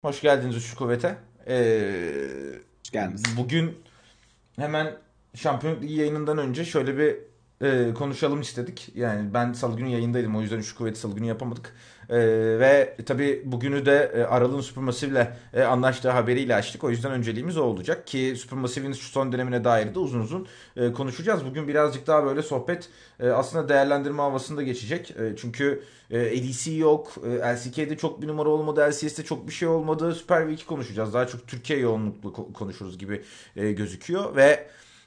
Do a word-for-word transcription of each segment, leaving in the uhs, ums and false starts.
Hoş geldiniz Üçlü Kuvvet'e. Ee, Hoş geldiniz. bugün hemen Şampiyonluk Ligi yayınından önce şöyle bir e, konuşalım istedik. Yani ben Salı günü yayındaydım, o yüzden Üçlü Kuvvet'i Salı günü yapamadık. Ee, ve tabii bugünü de e, Aral'ın Supermassive'le e, anlaştığı haberiyle açtık. O yüzden önceliğimiz o olacak ki Supermassive'in şu son dönemine dair de uzun uzun e, konuşacağız. Bugün birazcık daha böyle sohbet e, aslında değerlendirme havasında geçecek. E, çünkü e, L E C yok, e, L C K'de çok bir numara olmadı, L C S'de çok bir şey olmadı. Süper V iki konuşacağız. Daha çok Türkiye yoğunluklu ko- konuşuruz gibi e, gözüküyor ve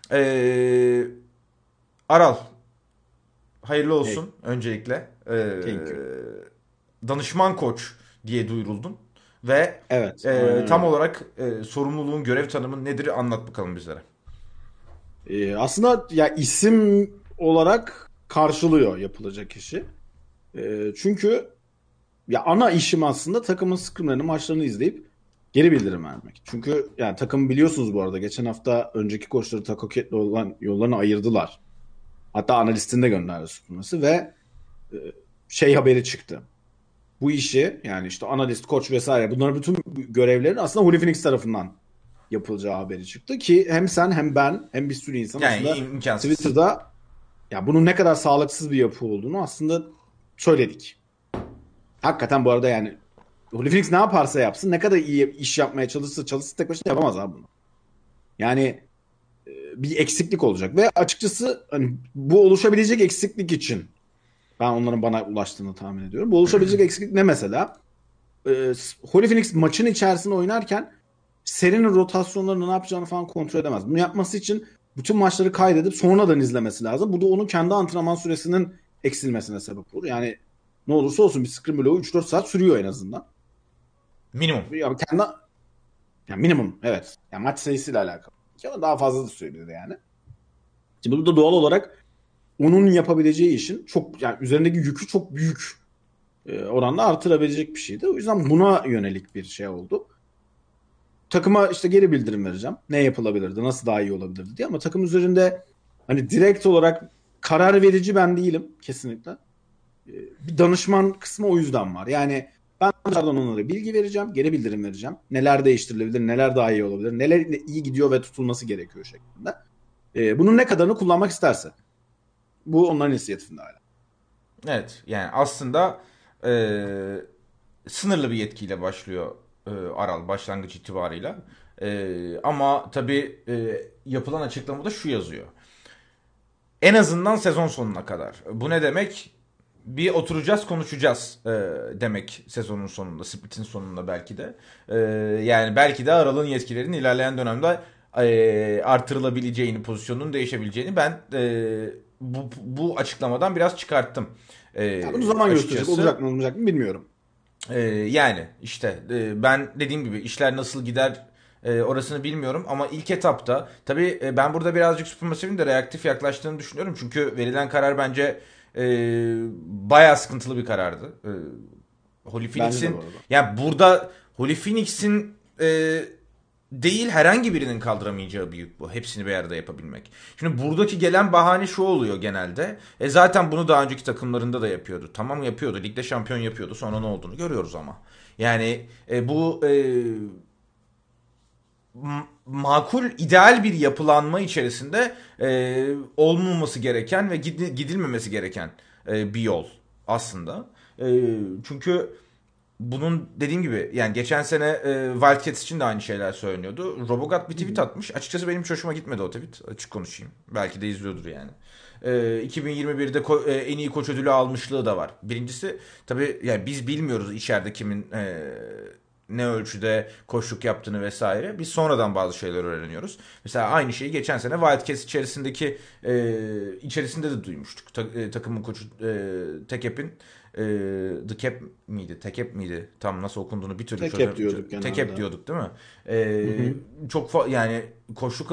e, Aral, hayırlı Hey, olsun öncelikle. Ee, thank you. danışman koç diye duyuruldun. Ve Evet, e, aynen tam öyle. olarak e, sorumluluğun, görev tanımın nedir, anlat bakalım bizlere. Ee, aslında ya isim olarak karşılıyor yapılacak işi. Ee, çünkü ya ana işim aslında takımın scrimlerini, maçlarını izleyip geri bildirim vermek. Çünkü yani takım biliyorsunuz bu arada geçen hafta önceki koçları Taco Cat'le olan yollarını ayırdılar. Hatta analistini de gönderdi sunması ve e, şey haberi çıktı. Bu işi yani işte analist, koç vesaire bunların bütün görevlerin aslında Holy Phoenix tarafından yapılacağı haberi çıktı ki hem sen hem ben hem bir sürü insan Yani aslında im- imkansız. Twitter'da ya bunun ne kadar sağlıksız bir yapı olduğunu aslında söyledik. Hakikaten bu arada yani Holy Phoenix ne yaparsa yapsın, ne kadar iyi iş yapmaya çalışırsa çalışsın tek başına yapamaz abi bunu. Yani e, bir eksiklik olacak ve açıkçası hani bu oluşabilecek eksiklik için ben onların bana ulaştığını tahmin ediyorum. Bu oluşabilecek eksiklik ne mesela? E, Holy Phoenix maçın içerisinde oynarken serinin rotasyonlarını ne yapacağını falan kontrol edemez. Bunu yapması için bütün maçları kaydedip sonradan izlemesi lazım. Bu da onun kendi antrenman süresinin eksilmesine sebep olur. Yani ne olursa olsun bir scrim bloğu üç dört saat sürüyor en azından. Minimum. Ya kendi ya minimum evet. Ya maç sayısıyla alakalı. Ama daha fazla da sürebilir yani. Şimdi bu da doğal olarak onun yapabileceği işin çok yani üzerindeki yükü çok büyük e, oranda artırabilecek bir şeydi. O yüzden buna yönelik bir şey oldu. Takıma işte geri bildirim vereceğim. Ne yapılabilirdi, nasıl daha iyi olabilirdi diye ama takım üzerinde hani direkt olarak karar verici ben değilim kesinlikle. Ee, Bir danışman kısmı o yüzden var. Yani ben dışarıdan onlara bilgi vereceğim, geri bildirim vereceğim. Neler değiştirilebilir, neler daha iyi olabilir, neler iyi gidiyor ve tutulması gerekiyor şeklinde. Ee, bunun ne kadarını kullanmak isterse. Bu onların inisiyatifinde hala. Evet, yani aslında e, sınırlı bir yetkiyle başlıyor e, Aral başlangıç itibarıyla. E, ama tabii e, yapılan açıklamada şu yazıyor. En azından sezon sonuna kadar. Bu ne demek? Bir oturacağız, konuşacağız e, demek sezonun sonunda, split'in sonunda belki de. E, yani belki de Aral'ın yetkilerinin ilerleyen dönemde e, artırılabileceğini, pozisyonun değişebileceğini ben e, bu, bu açıklamadan biraz çıkarttım e, Ya bunu zaman gösterecek. açıkçası. Olacak mı olmayacak mı bilmiyorum. Ee, yani işte e, ben dediğim gibi işler nasıl gider e, orasını bilmiyorum ama ilk etapta tabii e, ben burada birazcık Supermassive'in de reaktif yaklaştığını düşünüyorum. Çünkü verilen karar bence e, bayağı sıkıntılı bir karardı. E, Holy Bence de Phoenix'in bu arada. yani burada Holy Phoenix'in e, değil herhangi birinin kaldıramayacağı bir yük bu. Hepsini bir arada yapabilmek. Şimdi buradaki gelen bahane şu oluyor genelde. E zaten bunu daha önceki takımlarında da yapıyordu. Tamam yapıyordu. Ligde şampiyon yapıyordu. Sonra ne olduğunu görüyoruz ama. Yani e, bu e, makul, ideal bir yapılanma içerisinde e, olmaması gereken ve gidilmemesi gereken e, bir yol aslında. E, çünkü bunun dediğim gibi yani geçen sene e, Wildcats için de aynı şeyler söyleniyordu. Robogat bir Hı tweet hı. atmış. Açıkçası benim hiç hoşuma gitmedi o tweet. Açık konuşayım. Belki de izliyordur yani. E, iki bin yirmi birde ko- e, en iyi koç ödülü almışlığı da var. Birincisi tabii yani biz bilmiyoruz içeride kimin e, ne ölçüde koçluk yaptığını vesaire. Biz sonradan bazı şeyler öğreniyoruz. Mesela aynı şeyi geçen sene Wildcats içerisindeki e, içerisinde de duymuştuk. Ta, e, takımın koçu e, Tekep'in e, The Cap miydi? Tekep miydi? Tam nasıl okunduğunu bir türlü Tek hep çözem diyorduk Tekep genelde. diyorduk değil mi? Hı E, hı. çok fa- yani koçluk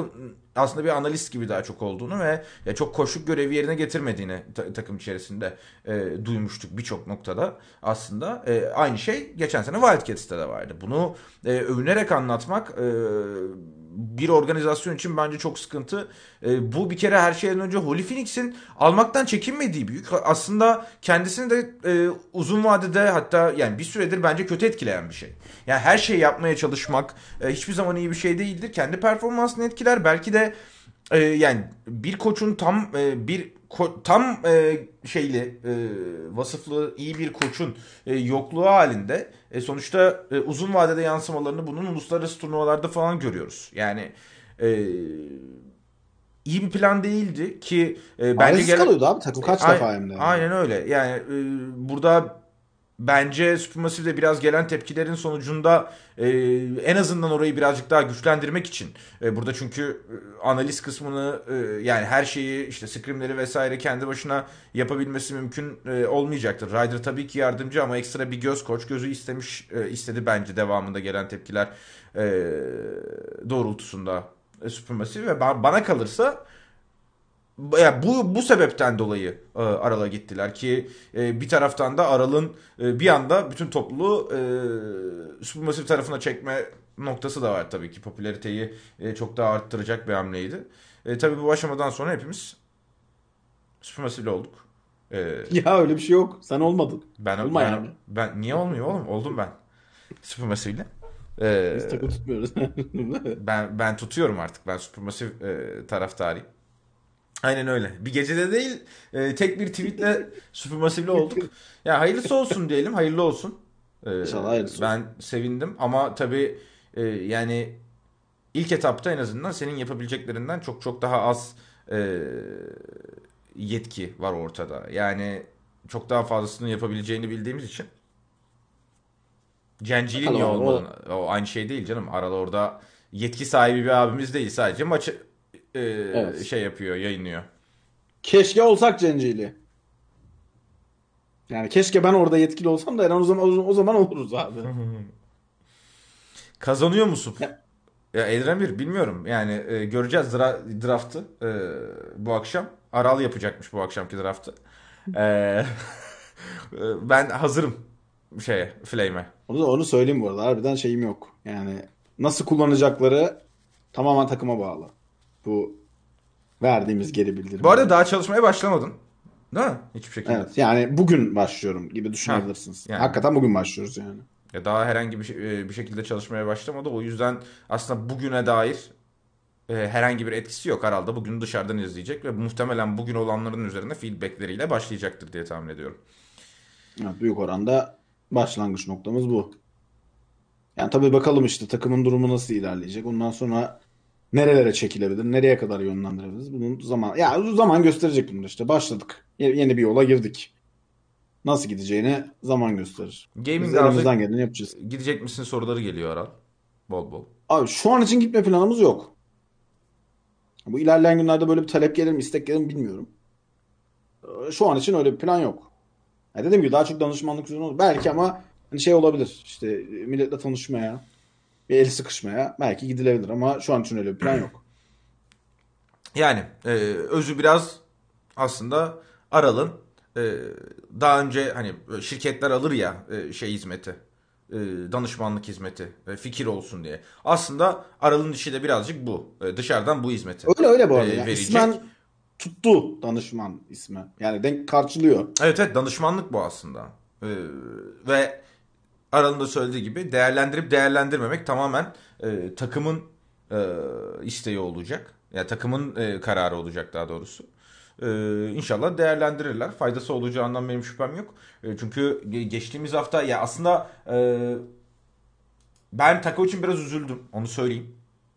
aslında bir analist gibi daha çok olduğunu ve ya çok koşuk görevi yerine getirmediğini ta- takım içerisinde e, duymuştuk birçok noktada aslında. E, aynı şey geçen sene Wildcats'te de vardı. Bunu e, övünerek anlatmak e, bir organizasyon için bence çok sıkıntı. E, bu bir kere her şeyden önce Holy Phoenix'in almaktan çekinmediği büyük. Aslında kendisini de e, uzun vadede, hatta yani bir süredir bence kötü etkileyen bir şey. Yani her şeyi yapmaya çalışmak e, hiçbir zaman iyi bir şey değildir. Kendi performansını etkiler. Belki de e, yani bir koçun tam e, bir ko- tam e, şeyli e, vasıflı iyi bir koçun e, yokluğu halinde e, sonuçta e, uzun vadede yansımalarını bunun uluslararası turnuvalarda falan görüyoruz. Yani e, iyi bir plan değildi ki e, bence Çaresiz gelen kalıyordu abi takım e, kaç a- defa hem de yani. aynen öyle. Yani e, burada bence Supermassive'de biraz gelen tepkilerin sonucunda e, en azından orayı birazcık daha güçlendirmek için e, burada çünkü e, analiz kısmını e, yani her şeyi işte scrimleri vesaire kendi başına yapabilmesi mümkün e, olmayacaktır. Ryder tabii ki yardımcı ama ekstra bir göz, koç gözü istemiş e, istedi bence devamında gelen tepkiler e, doğrultusunda e, Supermassive ve ba- bana kalırsa ya bu bu sebepten dolayı e, Aral'a gittiler ki e, bir taraftan da Aral'ın e, bir anda bütün topluluğu e, Supermassive tarafına çekme noktası da var tabii ki. Popülariteyi e, çok daha arttıracak bir hamleydi. E, tabii bu aşamadan sonra hepimiz Supermassive'li olduk. E, Ya öyle bir şey yok. Sen olmadın. ben Olma ben yani. ben niye olmuyor oğlum? Oldum ben. Supermassive'li. E, Biz takım tutmuyoruz. ben ben tutuyorum artık. Ben Supermassive e, taraftarıyım. Aynen öyle. Bir gecede değil, e, tek bir tweetle Supermassive'li olduk. Ya hayırlısı olsun diyelim, hayırlı olsun. E, İnşallah hayırlısı ben olsun. sevindim ama tabii e, yani ilk etapta en azından senin yapabileceklerinden çok çok daha az e, yetki var ortada. Yani çok daha fazlasını yapabileceğini bildiğimiz için. Cencil'in Bakalım niye abi olmadığını, o o aynı şey değil canım. Aral orada yetki sahibi bir abimiz değil. Sadece maçı e, evet. şey yapıyor, yayınlıyor. Keşke olsak Cencili. Yani keşke ben orada yetkili olsam da Eren o zaman, o zaman oluruz abi. Kazanıyor musun? Ya, Ya Eldremir bilmiyorum. Yani e, göreceğiz dra- draft'ı e, bu akşam. Aral yapacakmış bu akşamki draft'ı. E, e, ben hazırım şeye, Flame'e. onu, onu söyleyeyim bu arada. Harbiden şeyim yok. Yani nasıl kullanacakları tamamen takıma bağlı. Bu verdiğimiz geri Bu arada bildirimler. daha çalışmaya başlamadın. Değil mi? Hiçbir şekilde. Evet yani bugün başlıyorum gibi Ha, düşünebilirsiniz. yani Hakikaten bugün başlıyoruz yani. ya daha herhangi bir, şey- e, bir şekilde çalışmaya başlamadı. O yüzden aslında bugüne dair e, herhangi bir etkisi yok. Aral'da bugün dışarıdan izleyecek ve muhtemelen bugün olanların üzerine feedbackleriyle başlayacaktır diye tahmin ediyorum. Evet, büyük oranda başlangıç noktamız bu. Yani tabii bakalım işte takımın durumu nasıl ilerleyecek. Ondan sonra nerelere çekilebilir, nereye kadar yönlendirebiliriz. Bunun zaman ya zaman gösterecek bunu işte. Başladık. Ye- Yeni bir yola girdik. Nasıl gideceğini zaman gösterir. Biz Gaming House'a elimizden geleni yapacağız. gidecek misin soruları geliyor Aral. Bol bol. Abi şu an için gitme planımız yok. Bu ilerleyen günlerde böyle bir talep gelir mi, istek gelir mi bilmiyorum. Ee, Şu an için öyle bir plan yok. Ya dediğim gibi daha çok danışmanlık üzerine olur. Belki ama hani şey olabilir. İşte e, milletle tanışmaya, bir el sıkışmaya belki gidilebilir ama şu an için öyle bir plan yok. Yani e, özü biraz aslında Aral'ın e, daha önce hani şirketler alır ya e, şey hizmeti, e, danışmanlık hizmeti, e, fikir olsun diye. Aslında Aral'ın işi de birazcık bu. E, dışarıdan bu hizmeti Öyle öyle bu arada. e, Yani verecek. ismen tuttu danışman ismi. Yani denk karşılıyor. Evet evet, danışmanlık bu aslında. E, ve Aral'ın da söylediği gibi değerlendirip değerlendirmemek tamamen e, takımın e, isteği olacak. Yani takımın e, kararı olacak daha doğrusu. E, İnşallah değerlendirirler. Faydası olacağından benim şüphem yok. E, çünkü ge- geçtiğimiz hafta ya aslında e, ben Tako için biraz üzüldüm. Onu söyleyeyim.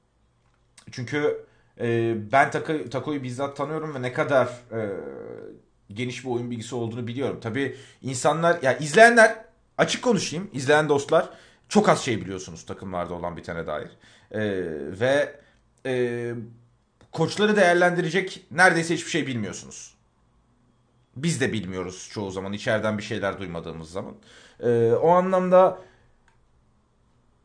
Çünkü e, ben Tako, Tako'yu bizzat tanıyorum ve ne kadar e, geniş bir oyun bilgisi olduğunu biliyorum. Tabii insanlar ya izleyenler, açık konuşayım, izleyen dostlar çok az şey biliyorsunuz takımlarda olan bitene dair. E, ve e, koçları değerlendirecek neredeyse hiçbir şey bilmiyorsunuz. Biz de bilmiyoruz çoğu zaman içeriden bir şeyler duymadığımız zaman. E, o anlamda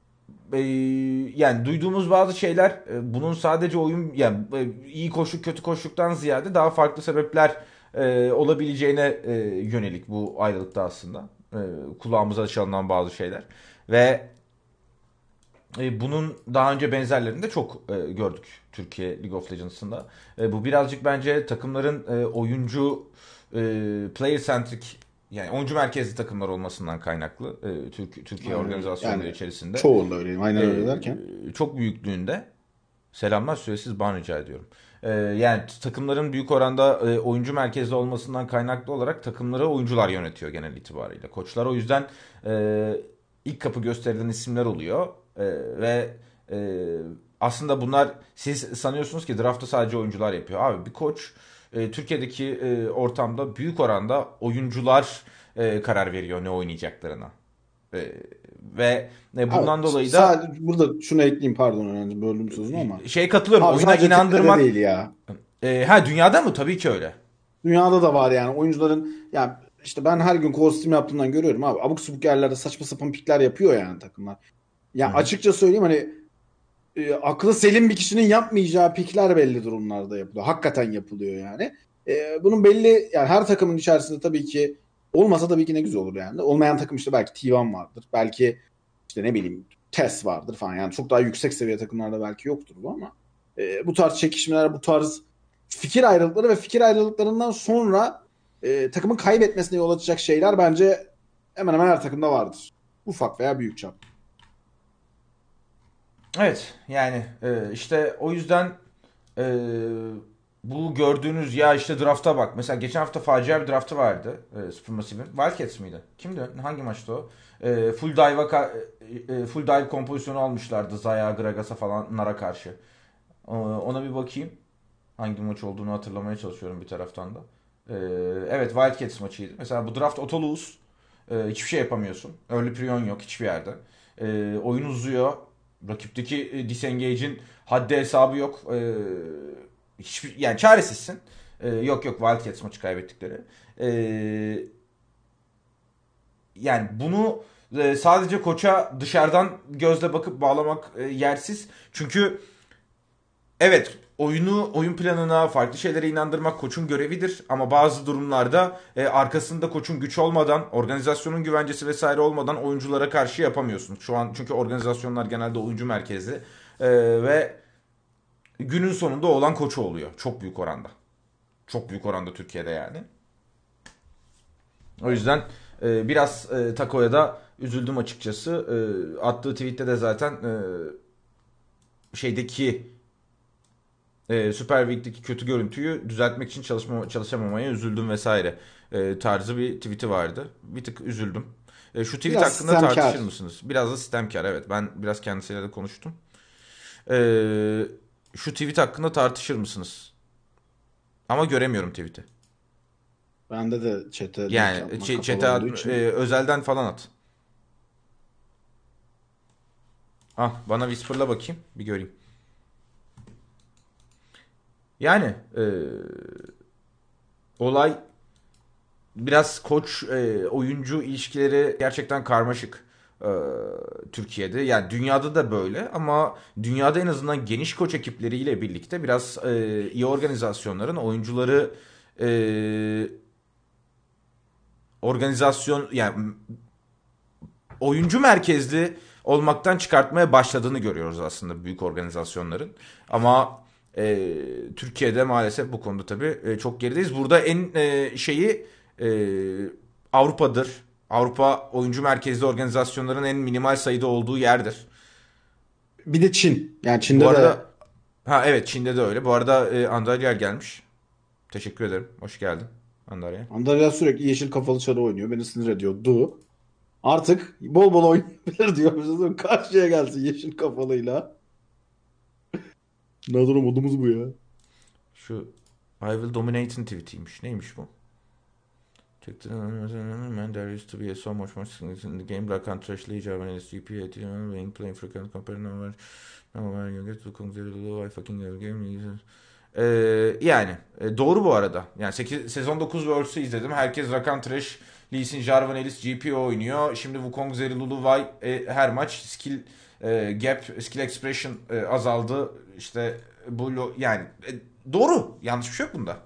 e, yani duyduğumuz bazı şeyler e, bunun sadece oyun yani e, iyi koşuk kötü koşuktan ziyade daha farklı sebepler e, olabileceğine e, yönelik bu ayrılıkta aslında. E, kulağımıza çalınan bazı şeyler ve e, bunun daha önce benzerlerini de çok e, gördük Türkiye League of Legends'ında. E, bu birazcık bence takımların e, oyuncu e, player centric yani oyuncu merkezli takımlar olmasından kaynaklı e, Türk, Türkiye Aynen öyle. organizasyonları Yani içerisinde çoğunda öyleyim. Aynen e, öyle derken. çok büyüklüğünde selamlar süresiz ban rica ediyorum. E, yani takımların büyük oranda e, oyuncu merkezli olmasından kaynaklı olarak takımları oyuncular yönetiyor genel itibariyle. Koçlar o yüzden e, ilk kapı gösterilen isimler oluyor. E, ve e, aslında bunlar siz sanıyorsunuz ki draftı sadece oyuncular yapıyor. Abi bir koç e, Türkiye'deki e, ortamda büyük oranda oyuncular e, karar veriyor ne oynayacaklarına. E, ve e, bundan Abi dolayı da sadece burada şunu ekleyeyim, pardon önemli böldüm sözünü ama. şey katılıyorum Abi oyuna sadece Türkiye'de inandırmak. değil ya. E, ha dünyada mı? Tabii ki öyle. Dünyada da var yani oyuncuların, yani işte ben her gün kostüm yaptığımdan görüyorum abi. Abuk subuk yerlerde saçma sapan pikler yapıyor yani takımlar. Hı Ya hı. açıkça söyleyeyim hani e, aklı selim bir kişinin yapmayacağı pikler belli durumlarda yapılıyor. Hakikaten yapılıyor yani. E, bunun belli yani her takımın içerisinde tabii ki olmasa tabii ki ne güzel olur yani. Olmayan takım işte belki T bir vardır. Belki işte ne bileyim Test vardır falan. Yani çok daha yüksek seviye takımlarda belki yoktur bu ama e, bu tarz çekişmeler, bu tarz fikir ayrılıkları ve fikir ayrılıklarından sonra e, takımın kaybetmesine yol açacak şeyler bence hemen hemen her takımda vardır. Ufak veya büyük çap. Evet yani e, işte o yüzden e, bu gördüğünüz ya işte drafta bak. Mesela geçen hafta facia bir draftı vardı. E, Supermassive'in. Wildcats mıydı? Kimdi? Hangi maçtı o? E, full dive'a ka- e, e, full dive kompozisyonu almışlardı. Zaya, Gragas'a falanlara karşı. E, ona bir bakayım. Hangi maç olduğunu hatırlamaya çalışıyorum bir taraftan da. E, evet Wildcats maçıydı. Mesela bu draft otoluz. E, hiçbir şey yapamıyorsun. Early prion yok hiçbir yerde. E, oyun uzuyor. Rakipteki e, disengage'in haddi hesabı yok. E, hiçbir, yani çaresizsin. E, yok yok Wildcats maçı kaybettikleri. E, yani bunu e, sadece koça dışarıdan gözle bakıp bağlamak e, yersiz. Çünkü evet oyunu oyun planına farklı şeylere inandırmak koçun görevidir ama bazı durumlarda e, arkasında koçun güç olmadan organizasyonun güvencesi vesaire olmadan oyunculara karşı yapamıyorsun. Şu an çünkü organizasyonlar genelde oyuncu merkezli e, ve günün sonunda olan koçu oluyor çok büyük oranda. Çok büyük oranda Türkiye'de yani. O yüzden e, biraz e, Tako'ya da üzüldüm açıkçası. E, attığı tweette de zaten e, şeydeki e, Süper Lig'deki kötü görüntüyü düzeltmek için çalışma, çalışamamaya üzüldüm vesaire e, tarzı bir tweet'i vardı. Bir tık üzüldüm. E, şu tweet Biraz hakkında tartışır sistemkar. mısınız? Biraz da sistemkar evet. Ben biraz kendisiyle de konuştum. E, şu tweet hakkında tartışır mısınız? Ama göremiyorum tweet'i. Bende de chat'e link Yani atma ç- kapalı chat'e olduğu at- e, için. özelden falan at. Ah bana Whisper'la bakayım bir göreyim. Yani e, olay biraz koç e, oyuncu ilişkileri gerçekten karmaşık e, Türkiye'de. Yani dünyada da böyle ama dünyada en azından geniş koç ekipleriyle birlikte biraz e, iyi organizasyonların oyuncuları e, organizasyon yani oyuncu merkezli olmaktan çıkartmaya başladığını görüyoruz aslında büyük organizasyonların. Ama e, Türkiye'de maalesef bu konuda tabii e, çok gerideyiz. Burada en e, şeyi e, Avrupa'dır. Avrupa oyuncu merkezli organizasyonların en minimal sayıda olduğu yerdir. Bir de Çin. Yani Bu Çin'de de arada ha evet Çin'de de öyle. Bu arada e, Andalyer gelmiş. Teşekkür ederim. Hoş geldin Andalyer. Andalya sürekli yeşil kafalı çarı oynuyor. Beni sinir ediyordu. Artık bol bol oynayabilir diyor. Karşıya gelsin yeşil kafalıyla. Ne durum modumuz bu ya. Şu I will dominate'in tweetiymiş. Neymiş bu? Man, there used to be so much more in the game. Black and Trash Lee, Javanese, G P, being playing frequent compared no no you get to consider the I fucking game. Ee, yani e, doğru bu arada. Yani sekiz, sezon dokuz Worlds'ı izledim. Herkes Rakan Trash, Lee Sin, Jarvan Ellis, G P oynuyor. Şimdi Wukong, Zeri, Lulu, Vay e, her maç skill e, gap, skill expression e, azaldı. İşte bu lo- yani e, doğru. Yanlış bir şey yok bunda.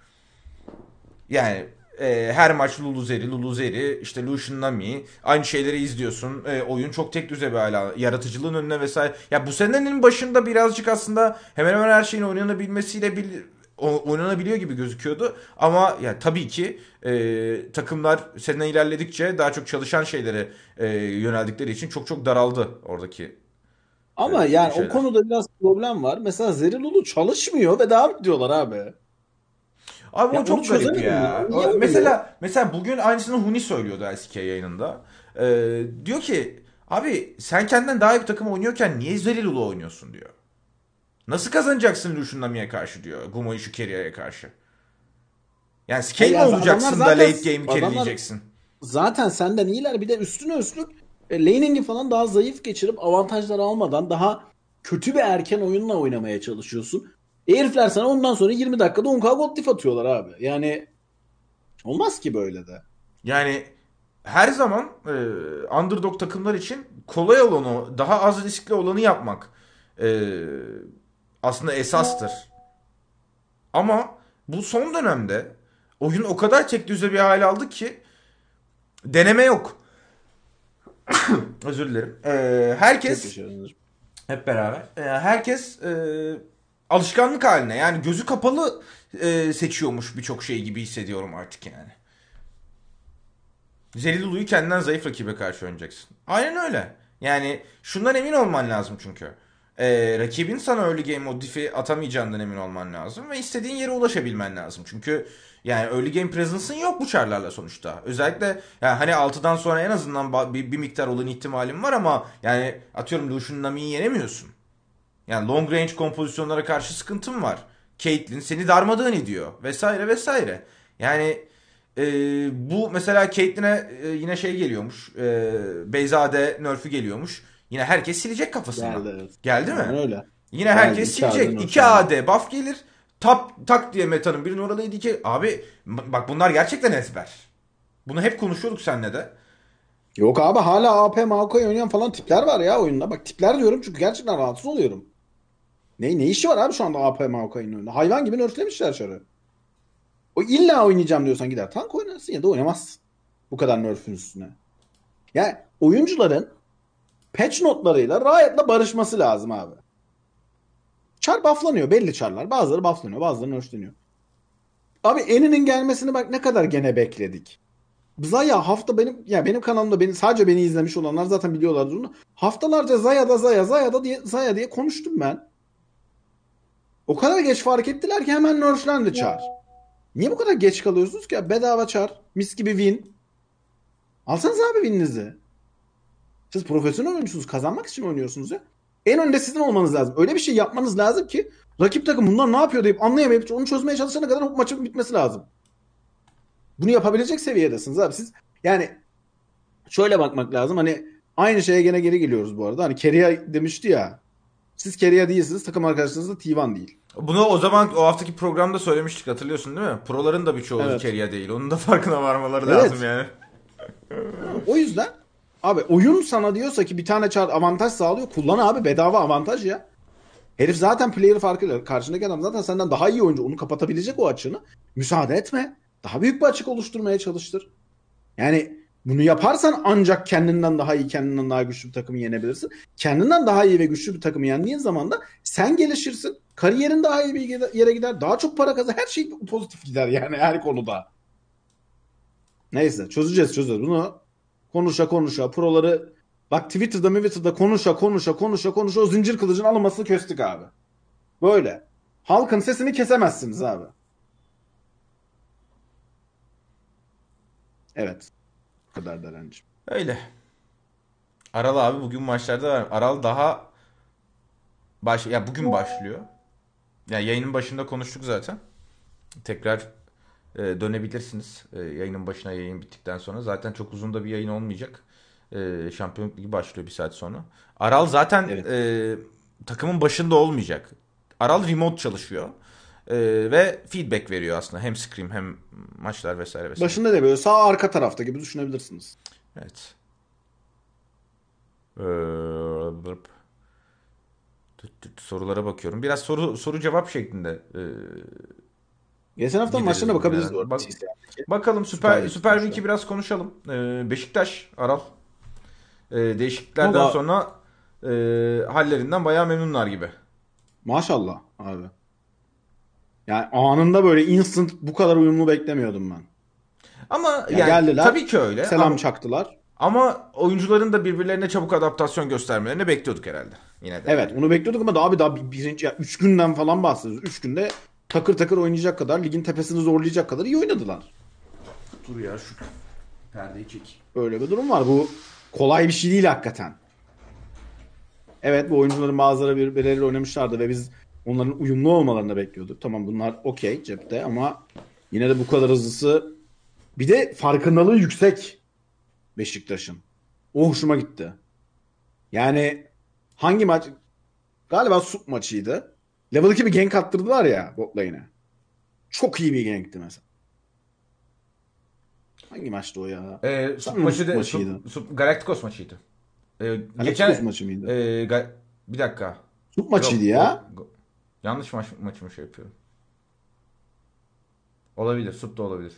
Yani e, her maç Luluzeri, Luluzeri, işte Lucian Nami, aynı şeyleri izliyorsun. E, oyun çok tek düze bir hala. Yaratıcılığın önüne vesaire. Ya bu senenin başında birazcık aslında hemen hemen her şeyin oynanabilmesiyle bil, o- oynanabiliyor gibi gözüküyordu. Ama ya tabii ki e, takımlar sene ilerledikçe daha çok çalışan şeylere e, yöneldikleri için çok çok daraldı oradaki Ama e, yani o şeyler. konuda biraz problem var. Mesela Zerilulu çalışmıyor ve devam ediyorlar abi. Abi Ya o onu çok garip çözemedim ya. ya. Niye O- oluyor? Mesela mesela bugün aynısını Huni söylüyordu L C K yayınında. Ee, diyor ki abi sen kendinden daha iyi bir takım oynuyorken niye Zelilulu oynuyorsun diyor. Nasıl kazanacaksın Lucian Nami'ye karşı diyor. Gumo Ishikari'ye karşı. Yani Hayır scale mi ya adamlar olacaksın da zaten late game'i adamlar carryleyeceksin? zaten senden iyiler. Bir de üstüne üstlük e, laning'i falan daha zayıf geçirip avantajları almadan daha kötü bir erken oyunla oynamaya çalışıyorsun. E, herifler sana ondan sonra yirmi dakikada on ka gold diff atıyorlar abi. Yani olmaz ki böyle de. Yani her zaman e, underdog takımlar için kolay olanı, daha az riskli olanı yapmak e, aslında esastır. Ama bu son dönemde oyun o kadar tek düze bir hale aldı ki deneme yok. Özür dilerim. Ee, Çok herkes yaşanır. hep beraber. Ee, herkes e, alışkanlık haline yani gözü kapalı e, seçiyormuş birçok şey gibi hissediyorum artık yani. Zelilulu'yu kendinden zayıf rakibe karşı oynayacaksın. Aynen öyle. Yani şundan emin olman lazım çünkü. Ee, rakibin sana early game o diff'i atamayacağından emin olman lazım ve istediğin yere ulaşabilmen lazım. Çünkü yani early game presence'ın yok bu çarlarla sonuçta. Özellikle yani hani altıdan sonra en azından bir, bir miktar olan ihtimalin var ama yani atıyorum Lucian Nami'yi yenemiyorsun. Yani long range kompozisyonlara karşı sıkıntın var. Caitlyn seni darmadağın ediyor vesaire vesaire. Yani e, bu mesela Caitlyn'e e, yine şey geliyormuş. E, Beyzade nerf'ü geliyormuş. Yine herkes silecek kafasından. Geldi evet. Geldi Aynen mi? öyle. Yine Geldi. herkes iki A'dan silecek. iki örflendi. A D buff gelir. Tap tak diye metanın bir numaralıydı ki abi bak bunlar gerçekten ezber. Bunu hep konuşuyorduk seninle de. Yok abi hala A P M A K oynayan falan tipler var ya oyunda. Bak tipler diyorum çünkü gerçekten rahatsız oluyorum. Ne, ne işi var abi şu anda A P M A K'nın oyunda? Hayvan gibi nerflemişler şarı. O illa oynayacağım diyorsan gider tank oynarsın ya da oynamazsın. Bu kadar nerf'ün üstüne. Yani oyuncuların patch notlarıyla rahatla barışması lazım abi. Char bufflanıyor belli charlar. Bazıları bufflanıyor bazıları nerfleniyor. Abi Eni'nin gelmesini bak ne kadar gene bekledik. Zaya hafta benim ya benim kanalımda beni sadece beni izlemiş olanlar zaten biliyorlardır onu. Haftalarca Zaya'da Zaya Zaya'da diye Zaya diye konuştum ben. O kadar geç fark ettiler ki hemen nerflendi Char. Niye bu kadar geç kalıyorsunuz ki? Bedava Char, mis gibi win. Alsanız abi wininizi. Siz profesyonel oyuncusunuz. Kazanmak için oynuyorsunuz ya. En önde sizin olmanız lazım. Öyle bir şey yapmanız lazım ki rakip takım bunlar ne yapıyor deyip anlayamayıp onu çözmeye çalışana kadar o maçın bitmesi lazım. Bunu yapabilecek seviyedesiniz abi. Siz yani şöyle bakmak lazım. Hani aynı şeye gene geri geliyoruz bu arada. Hani Keria demişti ya. Siz Keria değilsiniz. Takım arkadaşlarınız da T bir değil. Bunu o zaman o haftaki programda söylemiştik hatırlıyorsun değil mi? Proların da birçoğu Evet. Keria değil. Onun da farkına varmaları lazım Evet. yani. O yüzden abi oyun sana diyorsa ki bir tane çar avantaj sağlıyor. Kullan abi bedava avantaj ya. Herif zaten player farkıyla karşındaki adam zaten senden daha iyi oyuncu. Onu kapatabilecek o açığını. Müsaade etme. Daha büyük bir açık oluşturmaya çalıştır. Yani bunu yaparsan ancak kendinden daha iyi, kendinden daha güçlü bir takımı yenebilirsin. Kendinden daha iyi ve güçlü bir takımı yendiğin zaman da sen gelişirsin. Kariyerin daha iyi bir yere gider. Daha çok para kazan. Her şey pozitif gider yani her konuda. Neyse çözeceğiz çözeceğiz. Bunu konuşa konuşa proları bak Twitter'da Twitter'da konuşa konuşa konuşa konuşa o zincir kılıcın alınmasını kestik abi. Böyle. Halkın sesini kesemezsiniz abi. Evet. Bu kadar Derencim. Öyle. Aral abi bugün maçlarda var. Aral daha baş ya bugün başlıyor. Ya yayının başında konuştuk zaten. Tekrar e, dönebilirsiniz e, yayının başına yayın bittikten sonra. Zaten çok uzun da bir yayın olmayacak. E, Şampiyonluk Ligi başlıyor bir saat sonra. Aral zaten Evet. e, takımın başında olmayacak. Aral remote çalışıyor. E, ve feedback veriyor aslında. Hem scrim hem maçlar vesaire vesaire. Başında da böyle sağ arka tarafta gibi düşünebilirsiniz. Evet. Ee, sorulara bakıyorum. Biraz soru soru cevap şeklinde e, Geçen haftanın gideriz maçlarına bugün bakabiliriz bu herhalde. arada. Bak, T C L'deki. bakalım Süper Süper Lig Süper sonuçta. Lig'i biraz konuşalım. Ee, Beşiktaş Aral. Ee, değişikliklerden Valla sonra e, hallerinden bayağı memnunlar gibi. maşallah abi. Yani anında böyle instant bu kadar uyumlu beklemiyordum ben. Ama Ya yani geldiler, tabii ki öyle selam ama çaktılar. ama oyuncuların da birbirlerine çabuk adaptasyon göstermelerini bekliyorduk herhalde. Yine de yani. Evet, onu bekliyorduk ama daha bir daha bir, birinci ya üç günden falan bahsediyoruz. Üç günde takır takır oynayacak kadar, ligin tepesini zorlayacak kadar iyi oynadılar. Dur ya şu perdeyi çek. Öyle bir durum var. Bu kolay bir şey değil hakikaten. Evet, bu oyuncuların bazıları birbirleriyle oynamışlardı ve biz onların uyumlu olmalarını bekliyorduk. Tamam, bunlar okey cepte ama yine de bu kadar hızlısı. Bir de farkındalığı yüksek Beşiktaş'ın. O hoşuma gitti. Yani hangi maç? Galiba Sup maçıydı. Level iki bir gank attırdılar ya bot lane'e. Çok iyi bir gankti mesela. Hangi maçtı o ya? Ee, Sup Sanırım maçı Sup da maçıydı. Sup, Sup Galacticos maçıydı. Ee, Galacticos geçen maçı mıydı? e, Ga- bir dakika. Sup maçıydı Yok, go, ya. go- yanlış maç maçı mı şey yapıyorum. Olabilir. Sup da olabilir.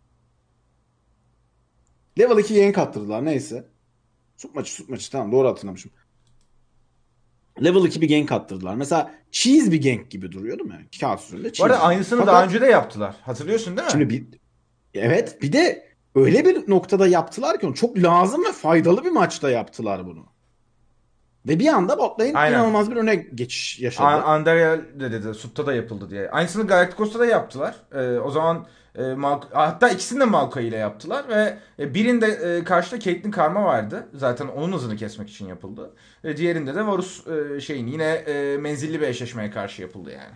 Level iki gank attırdılar neyse. Sup maçı Sup maçı tamam doğru hatırlamışım. Level iki bir gank attırdılar. Mesela cheese bir gank gibi duruyor değil mi? Kağıt üzerinde Bu arada cheese bir gank. aynısını daha Fakat önce de yaptılar. Hatırlıyorsun değil mi? şimdi bir evet bir de öyle bir noktada yaptılar ki onu çok lazım ve faydalı bir maçta yaptılar bunu. Ve bir anda bot lane Aynen. inanılmaz bir öne geçiş A- yaşadı. Andariel de dedi. Sup'ta da yapıldı diye. Aynısını Galacticos'ta da yaptılar. Ee, o zaman e, Mal- hatta ikisini de Maokai ile yaptılar ve e, birinde e, karşıda Caitlyn Karma vardı. Zaten onun hızını kesmek için yapıldı. E, diğerinde de Varus e, şeyin yine e, menzilli bir eşleşmeye karşı yapıldı yani.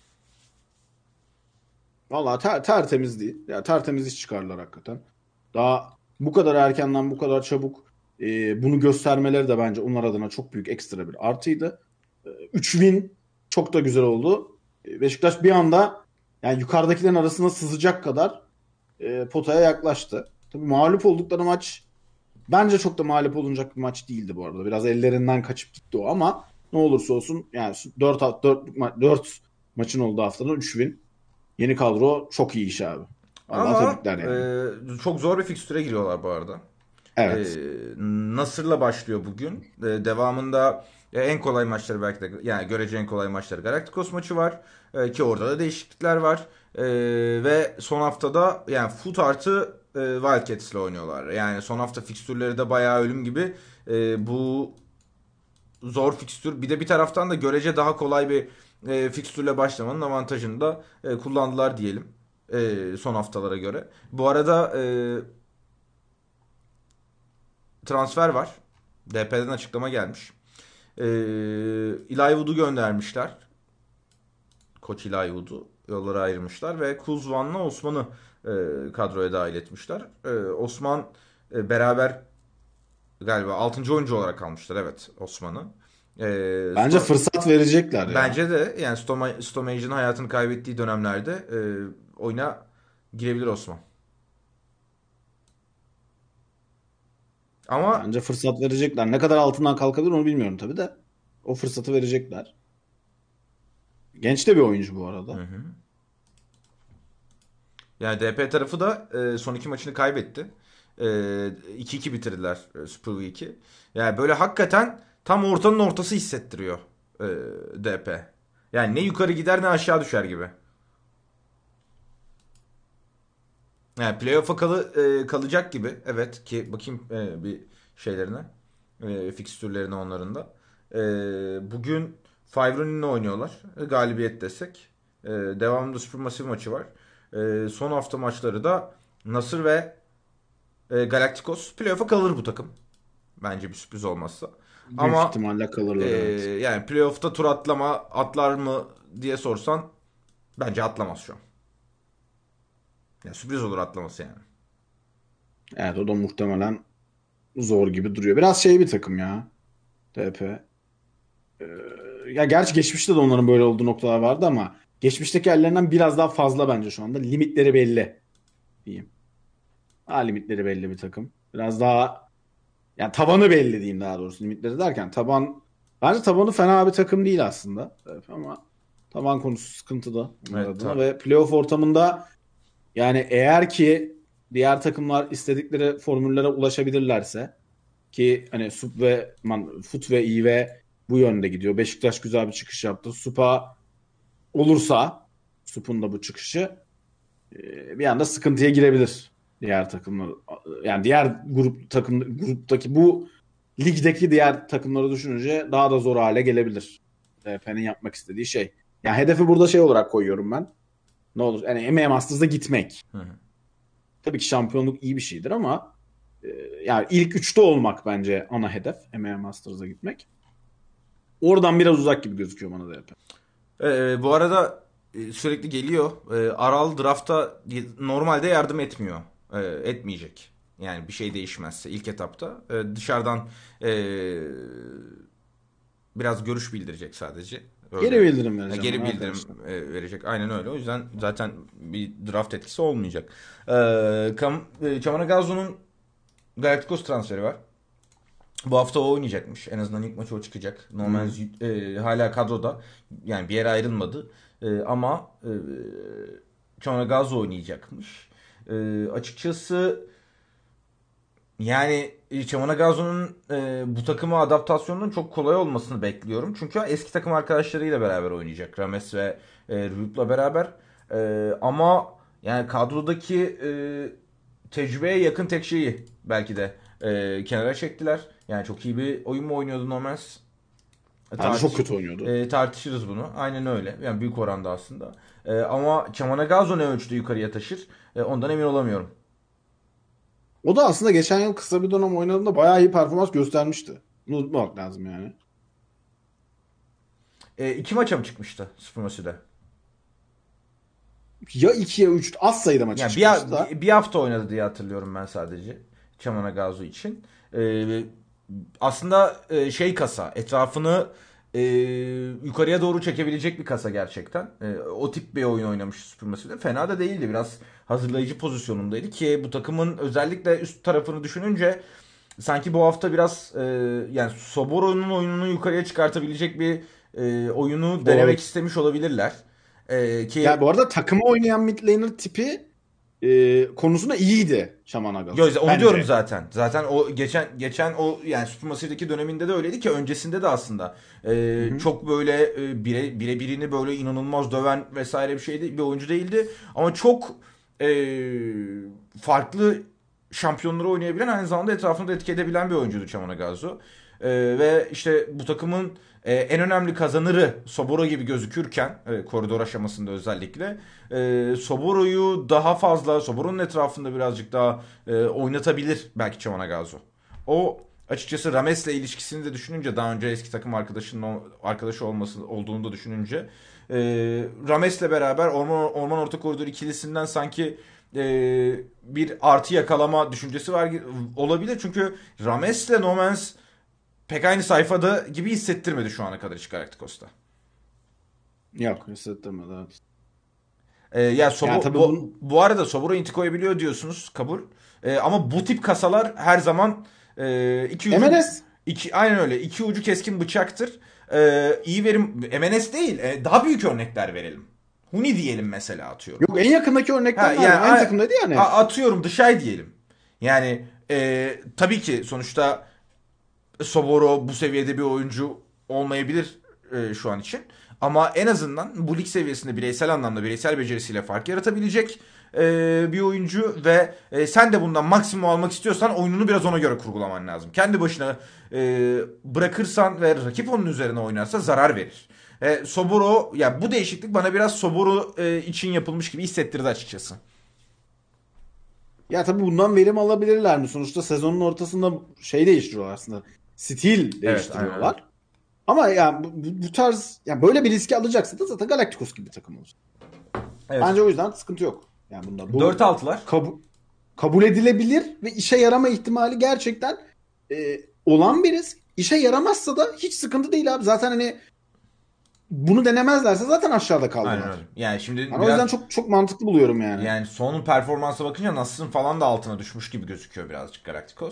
Vallahi ter, tertemiz değil. Ya tertemiz iş çıkardılar hakikaten. Daha bu kadar erkenden bu kadar çabuk e, bunu göstermeleri de bence onlar adına çok büyük ekstra bir artıydı. E, üç win çok da güzel oldu. E, Beşiktaş bir anda yani yukarıdakilerin arasına sızacak kadar e, potaya yaklaştı. Tabii mağlup oldukları maç bence çok da mağlup olunacak bir maç değildi bu arada. Biraz ellerinden kaçıp gitti o ama ne olursa olsun yani dört dört dört maçın olduğu haftanın üç win. Yeni kadro çok iyi iş abi. Vallahi Ama tebrikler yani. e, çok zor bir fikstüre giriyorlar bu arada. E, Evet. Nasır'la başlıyor bugün. E, devamında e, en kolay maçları belki de yani görece en kolay maçları Galacticos maçı var. E, ki orada da değişiklikler var. E, ve son haftada yani Foot artı e, Wildcats ile oynuyorlar. Yani son hafta fikstürleri de bayağı ölüm gibi. E, bu zor fikstür. Bir de bir taraftan da görece daha kolay bir e, fikstürle başlamanın avantajını da e, kullandılar diyelim. E, son haftalara göre. Bu arada e, transfer var. D P'den açıklama gelmiş. E, Eli Wood'u göndermişler. Koç Eli Wood'u yollara ayırmışlar ve Kuzvan'la Osman'ı e, kadroya dahil etmişler. E, Osman e, beraber galiba altıncı oyuncu olarak almışlar evet Osman'ı. E, Bence Sto- fırsat verecekler ya. Bence de yani Stoma- Stomage'in hayatını kaybettiği dönemlerde e, oyuna girebilir Osman. Ama Bence fırsat verecekler. Ne kadar altından kalkabilir onu bilmiyorum tabii de. O fırsatı verecekler. Genç de bir oyuncu bu hı arada. hı. Yani D P tarafı da e, son iki maçını kaybetti. E, iki iki bitirdiler e, Super League'i. Yani böyle hakikaten tam ortanın ortası hissettiriyor e, D P. Yani ne yukarı gider ne aşağı düşer gibi. Yani playoff'a kalı, e, kalacak gibi. Evet ki bakayım e, bir şeylerine. E, fikstürlerine onların da. E, bugün Five oynuyorlar. E, galibiyet desek. E, devamında Supermassive maçı var. E, son hafta maçları da Nasır ve e, Galacticos. Playoff'a kalır bu takım. Bence bir sürpriz olmazsa. Büyük Ama ihtimalle e, kalırlar evet. yani playoff'ta tur atlama atlar mı diye sorsan bence atlamaz şu an. Yani sürpriz olur atlaması yani. Evet o da muhtemelen zor gibi duruyor. Biraz şey bir takım ya. D P. Ee, ya gerçi geçmişte de onların böyle olduğu noktalar vardı ama geçmişteki ellerinden biraz daha fazla bence şu anda. Limitleri belli diyeyim. Ha limitleri belli bir takım. Biraz daha Yani tabanı belli diyeyim daha doğrusu, limitleri derken taban, bence tabanı fena bir takım değil aslında. Evet, ama taban konusu sıkıntıda onlar Evet, adına ta- ve playoff ortamında yani eğer ki diğer takımlar istedikleri formüllere ulaşabilirlerse, ki hani Sup ve man, Fut ve İ ve bu yönde gidiyor. Beşiktaş güzel bir çıkış yaptı. Sup'a olursa, Sup'un da bu çıkışı e, bir anda sıkıntıya girebilir diğer takımlar. Yani diğer grup takım gruptaki bu ligdeki diğer takımları düşününce daha da zor hale gelebilir. D F'nin yapmak istediği şey. Yani hedefi burada şey olarak koyuyorum ben. Ne olur yani M M A Masters'a gitmek. Hı hı. Tabii ki şampiyonluk iyi bir şeydir ama e, yani ilk üçte olmak bence ana hedef. M M A Masters'a gitmek. Oradan biraz uzak gibi gözüküyor bana da hep. Ee, bu arada e, sürekli geliyor. Ee, Aral draftta normalde yardım etmiyor. Ee, etmeyecek. Yani bir şey değişmezse ilk etapta. Ee, dışarıdan e, biraz görüş bildirecek sadece. Geri Öyle. bildirim Ha, vereceğim geri bana bildirim arkadaşlar. e, verecek. Aynen öyle. O yüzden zaten bir draft etkisi olmayacak. Ee, Kam e, Kamara Gazzo'nun Galacticos transferi var. Bu hafta o oynayacakmış. En azından ilk maçı o çıkacak. Norman Hı. Zü- e, hala kadroda. Yani bir yere ayrılmadı. E, ama e, Kamara Gazzo oynayacakmış. E, açıkçası yani Çamana Gazzo'nun e, bu takıma adaptasyonunun çok kolay olmasını bekliyorum. Çünkü eski takım arkadaşlarıyla beraber oynayacak. Rames ve e, Rüyup'la beraber. E, ama yani kadrodaki e, tecrübeye yakın tek şeyi belki de e, kenara çektiler. Yani çok iyi bir oyun mu oynuyordu Normans? E, Bence çok tartış kötü oynuyordu. e, tartışırız bunu. Aynen öyle. Yani büyük oranda aslında. E, ama Çamana Gazzo ne ölçüde yukarıya taşır? E, ondan emin olamıyorum. O da aslında geçen yıl kısa bir dönem oynadığında bayağı iyi performans göstermişti. Bunu unutmamak lazım yani. E, iki maça mı çıkmıştı Supremacy'de? Ya iki ya üç, az sayıda maça Yani bir, çıkmıştı da. bir, bir hafta oynadı diye hatırlıyorum ben sadece. Çamana Gazu için. Ee, aslında e, şey kasa etrafını e, yukarıya doğru çekebilecek bir kasa gerçekten. E, o tip bir oyun oynamış Supremacy'de. Fena da değildi. Biraz hazırlayıcı pozisyonundaydı ki bu takımın özellikle üst tarafını düşününce sanki bu hafta biraz e, yani Soboro'nun oyununu yukarıya çıkartabilecek bir e, oyunu denemek Olabilir. istemiş olabilirler. E, Yani ki bu arada takımı oynayan mid laner tipi e, konusunda iyiydi Şaman Yo, Agası. onu diyorum Bence. zaten. Zaten o geçen geçen o yani Supermassive'deki döneminde de öyleydi ki öncesinde de aslında Hı e, hı. çok böyle e, bire bire birini böyle inanılmaz döven vesaire bir şeydi bir oyuncu değildi ama çok e, farklı şampiyonları oynayabilen aynı zamanda etrafını da etki edebilen bir oyuncuydu Chamana Gazo. E, ve işte bu takımın e, en önemli kazanırı Soboro gibi gözükürken e, koridor aşamasında özellikle e, Soboro'yu daha fazla Soboro'nun etrafında birazcık daha e, oynatabilir belki Chamana Gazo. O açıkçası Rames'le ilişkisini de düşününce daha önce eski takım arkadaşının arkadaşı olması olduğunu da düşününce e, Rames'le beraber Orman, Orman Orta Koridor ikilisinden sanki e, bir artı yakalama düşüncesi var olabilir. Çünkü Rames'le No Man's pek aynı sayfada gibi hissettirmedi şu ana kadar hiç Galacticos'ta. Yok, hissettirmedi, evet. E, ya Yani Sobo, tabii bu, bunu bu arada Soboro inti koyabiliyor diyorsunuz kabul. E, ama bu tip kasalar her zaman e, iki ucu M L S. iki aynen öyle iki ucu keskin bıçaktır. E, iyi verim M N S değil e, daha büyük örnekler verelim. Huni diyelim mesela atıyorum. Yok, en yakındaki Ha örnekten yani verdim. Aynı a- takımdaydı yani. a- atıyorum Dışay diyelim. Yani e, tabii ki sonuçta Soboro bu seviyede bir oyuncu olmayabilir e, şu an için. Ama en azından bu lig seviyesinde bireysel anlamda bireysel becerisiyle fark yaratabilecek e, bir oyuncu ve e, sen de bundan maksimum almak istiyorsan oyununu biraz ona göre kurgulaman lazım. Kendi başına e, bırakırsan ve rakip onun üzerine oynarsa zarar verir. E, Soboro ya bu değişiklik bana biraz Soboro e, için yapılmış gibi hissettirdi açıkçası. Ya tabii bundan verim alabilirler mi? Sonuçta sezonun ortasında şey değiştiriyorlar aslında. Stil Evet, aynen öyle. değiştiriyorlar. Ama yani bu, bu, bu tarz yani böyle bir riski alacaksa da zaten Galacticos gibi bir takım olacak. Evet. Bence o yüzden sıkıntı yok. Yani bunda dört bu altılar. kabul kabul edilebilir ve işe yarama ihtimali gerçekten e, olan bir risk. İşe yaramazsa da hiç sıkıntı değil abi. Zaten hani bunu denemezlerse zaten aşağıda Aynen kaldılar. öyle. Yani şimdi Yani o yüzden biraz çok çok mantıklı buluyorum yani. yani son performansa bakınca Nasır'ın falan da altına düşmüş gibi gözüküyor birazcık Galacticos.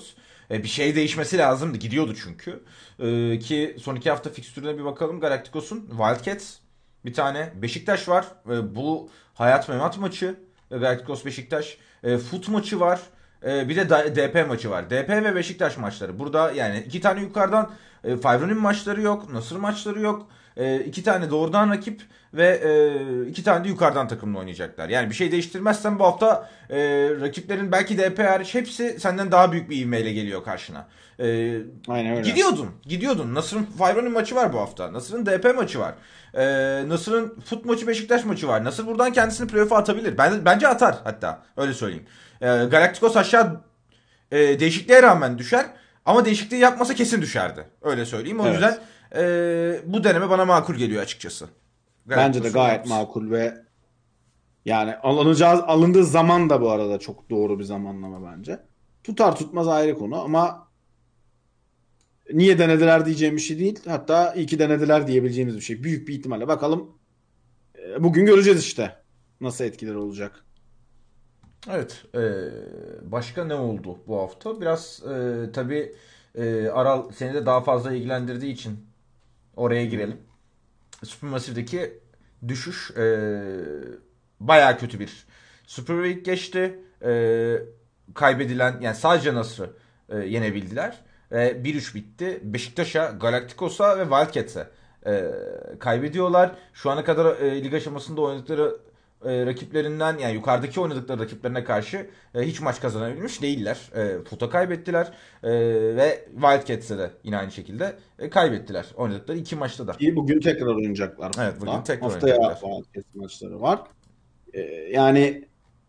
E, bir şey değişmesi lazımdı. Gidiyordu çünkü. E, ki son iki hafta fikstürüne bir bakalım Galacticos'un. Wildcats bir tane. Beşiktaş var. E, bu hayat memat maçı. E, Galacticos Beşiktaş. E, fut maçı var. E, bir de D P maçı var. D P ve Beşiktaş maçları. Burada yani iki tane yukarıdan e, Fayron'un maçları yok. Nasır maçları yok. E, iki tane doğrudan rakip ve e, iki tane de yukarıdan takımla oynayacaklar. Yani bir şey değiştirmezsen bu hafta e, rakiplerin belki D P hariç hepsi senden daha büyük bir ivmeyle geliyor karşına. E, Aynen öyle. Gidiyordun. Gidiyordun. Nasır'ın Fayron'un maçı var bu hafta. Nasır'ın D P maçı var. E, Nasır'ın fut maçı Beşiktaş maçı var. Nasır buradan kendisini playoff'a atabilir. Ben, bence atar hatta. Öyle söyleyeyim. E, Galacticos aşağı e, değişikliğe rağmen düşer. Ama değişikliği yapmasa kesin düşerdi. Öyle söyleyeyim. O Evet. yüzden e, bu deneme bana makul geliyor açıkçası. Bence de gayet makul ve yani alınacağı, alındığı zaman da bu arada çok doğru bir zamanlama bence. Tutar tutmaz ayrı konu ama niye denediler diyeceğim bir şey değil. Hatta iyi ki denediler diyebileceğimiz bir şey. Büyük bir ihtimalle. Bakalım bugün göreceğiz işte nasıl etkileri olacak. Evet. E, başka ne oldu bu hafta? Biraz e, tabii e, Aral seni de daha fazla ilgilendirdiği için oraya girelim. Supermassive'deki düşüş e, bayağı kötü bir Super Week geçti. E, kaybedilen yani sadece Nasır'ı e, yenebildiler. E, bir üç bitti. Beşiktaş'a, Galacticos'a ve Wildcats'e e, kaybediyorlar. Şu ana kadar e, lig aşamasında oynadıkları e, rakiplerinden yani yukarıdaki oynadıkları rakiplerine karşı e, hiç maç kazanabilmiş değiller. E, Fut'a kaybettiler e, ve Wildcats'e de yine aynı şekilde e, kaybettiler. Oynadıkları iki maçta da. İyi, bugün tekrar oynayacaklar. Evet, bugün tekrar Haftaya oynayacaklar. Wildcats maçları var. Ee, yani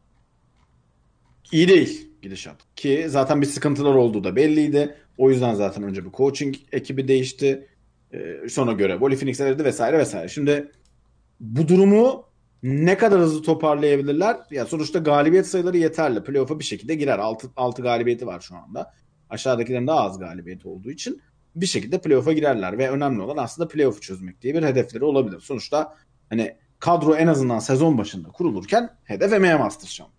iyi değil gidişat. Ki zaten bir sıkıntılar olduğu da belliydi. O yüzden zaten önce bir coaching ekibi değişti. Ee, sonra göre Voli Phoenix'e verildi vesaire vesaire. Şimdi bu durumu ne kadar hızlı toparlayabilirler? Ya sonuçta galibiyet sayıları yeterli. Playoff'a bir şekilde girer. altı galibiyeti var şu anda. Aşağıdakilerin daha az galibiyeti olduğu için bir şekilde playoff'a girerler ve önemli olan aslında playoff'u çözmek diye bir hedefleri olabilir. Sonuçta hani kadro en azından sezon başında kurulurken hedef E M A Masters şampiyon.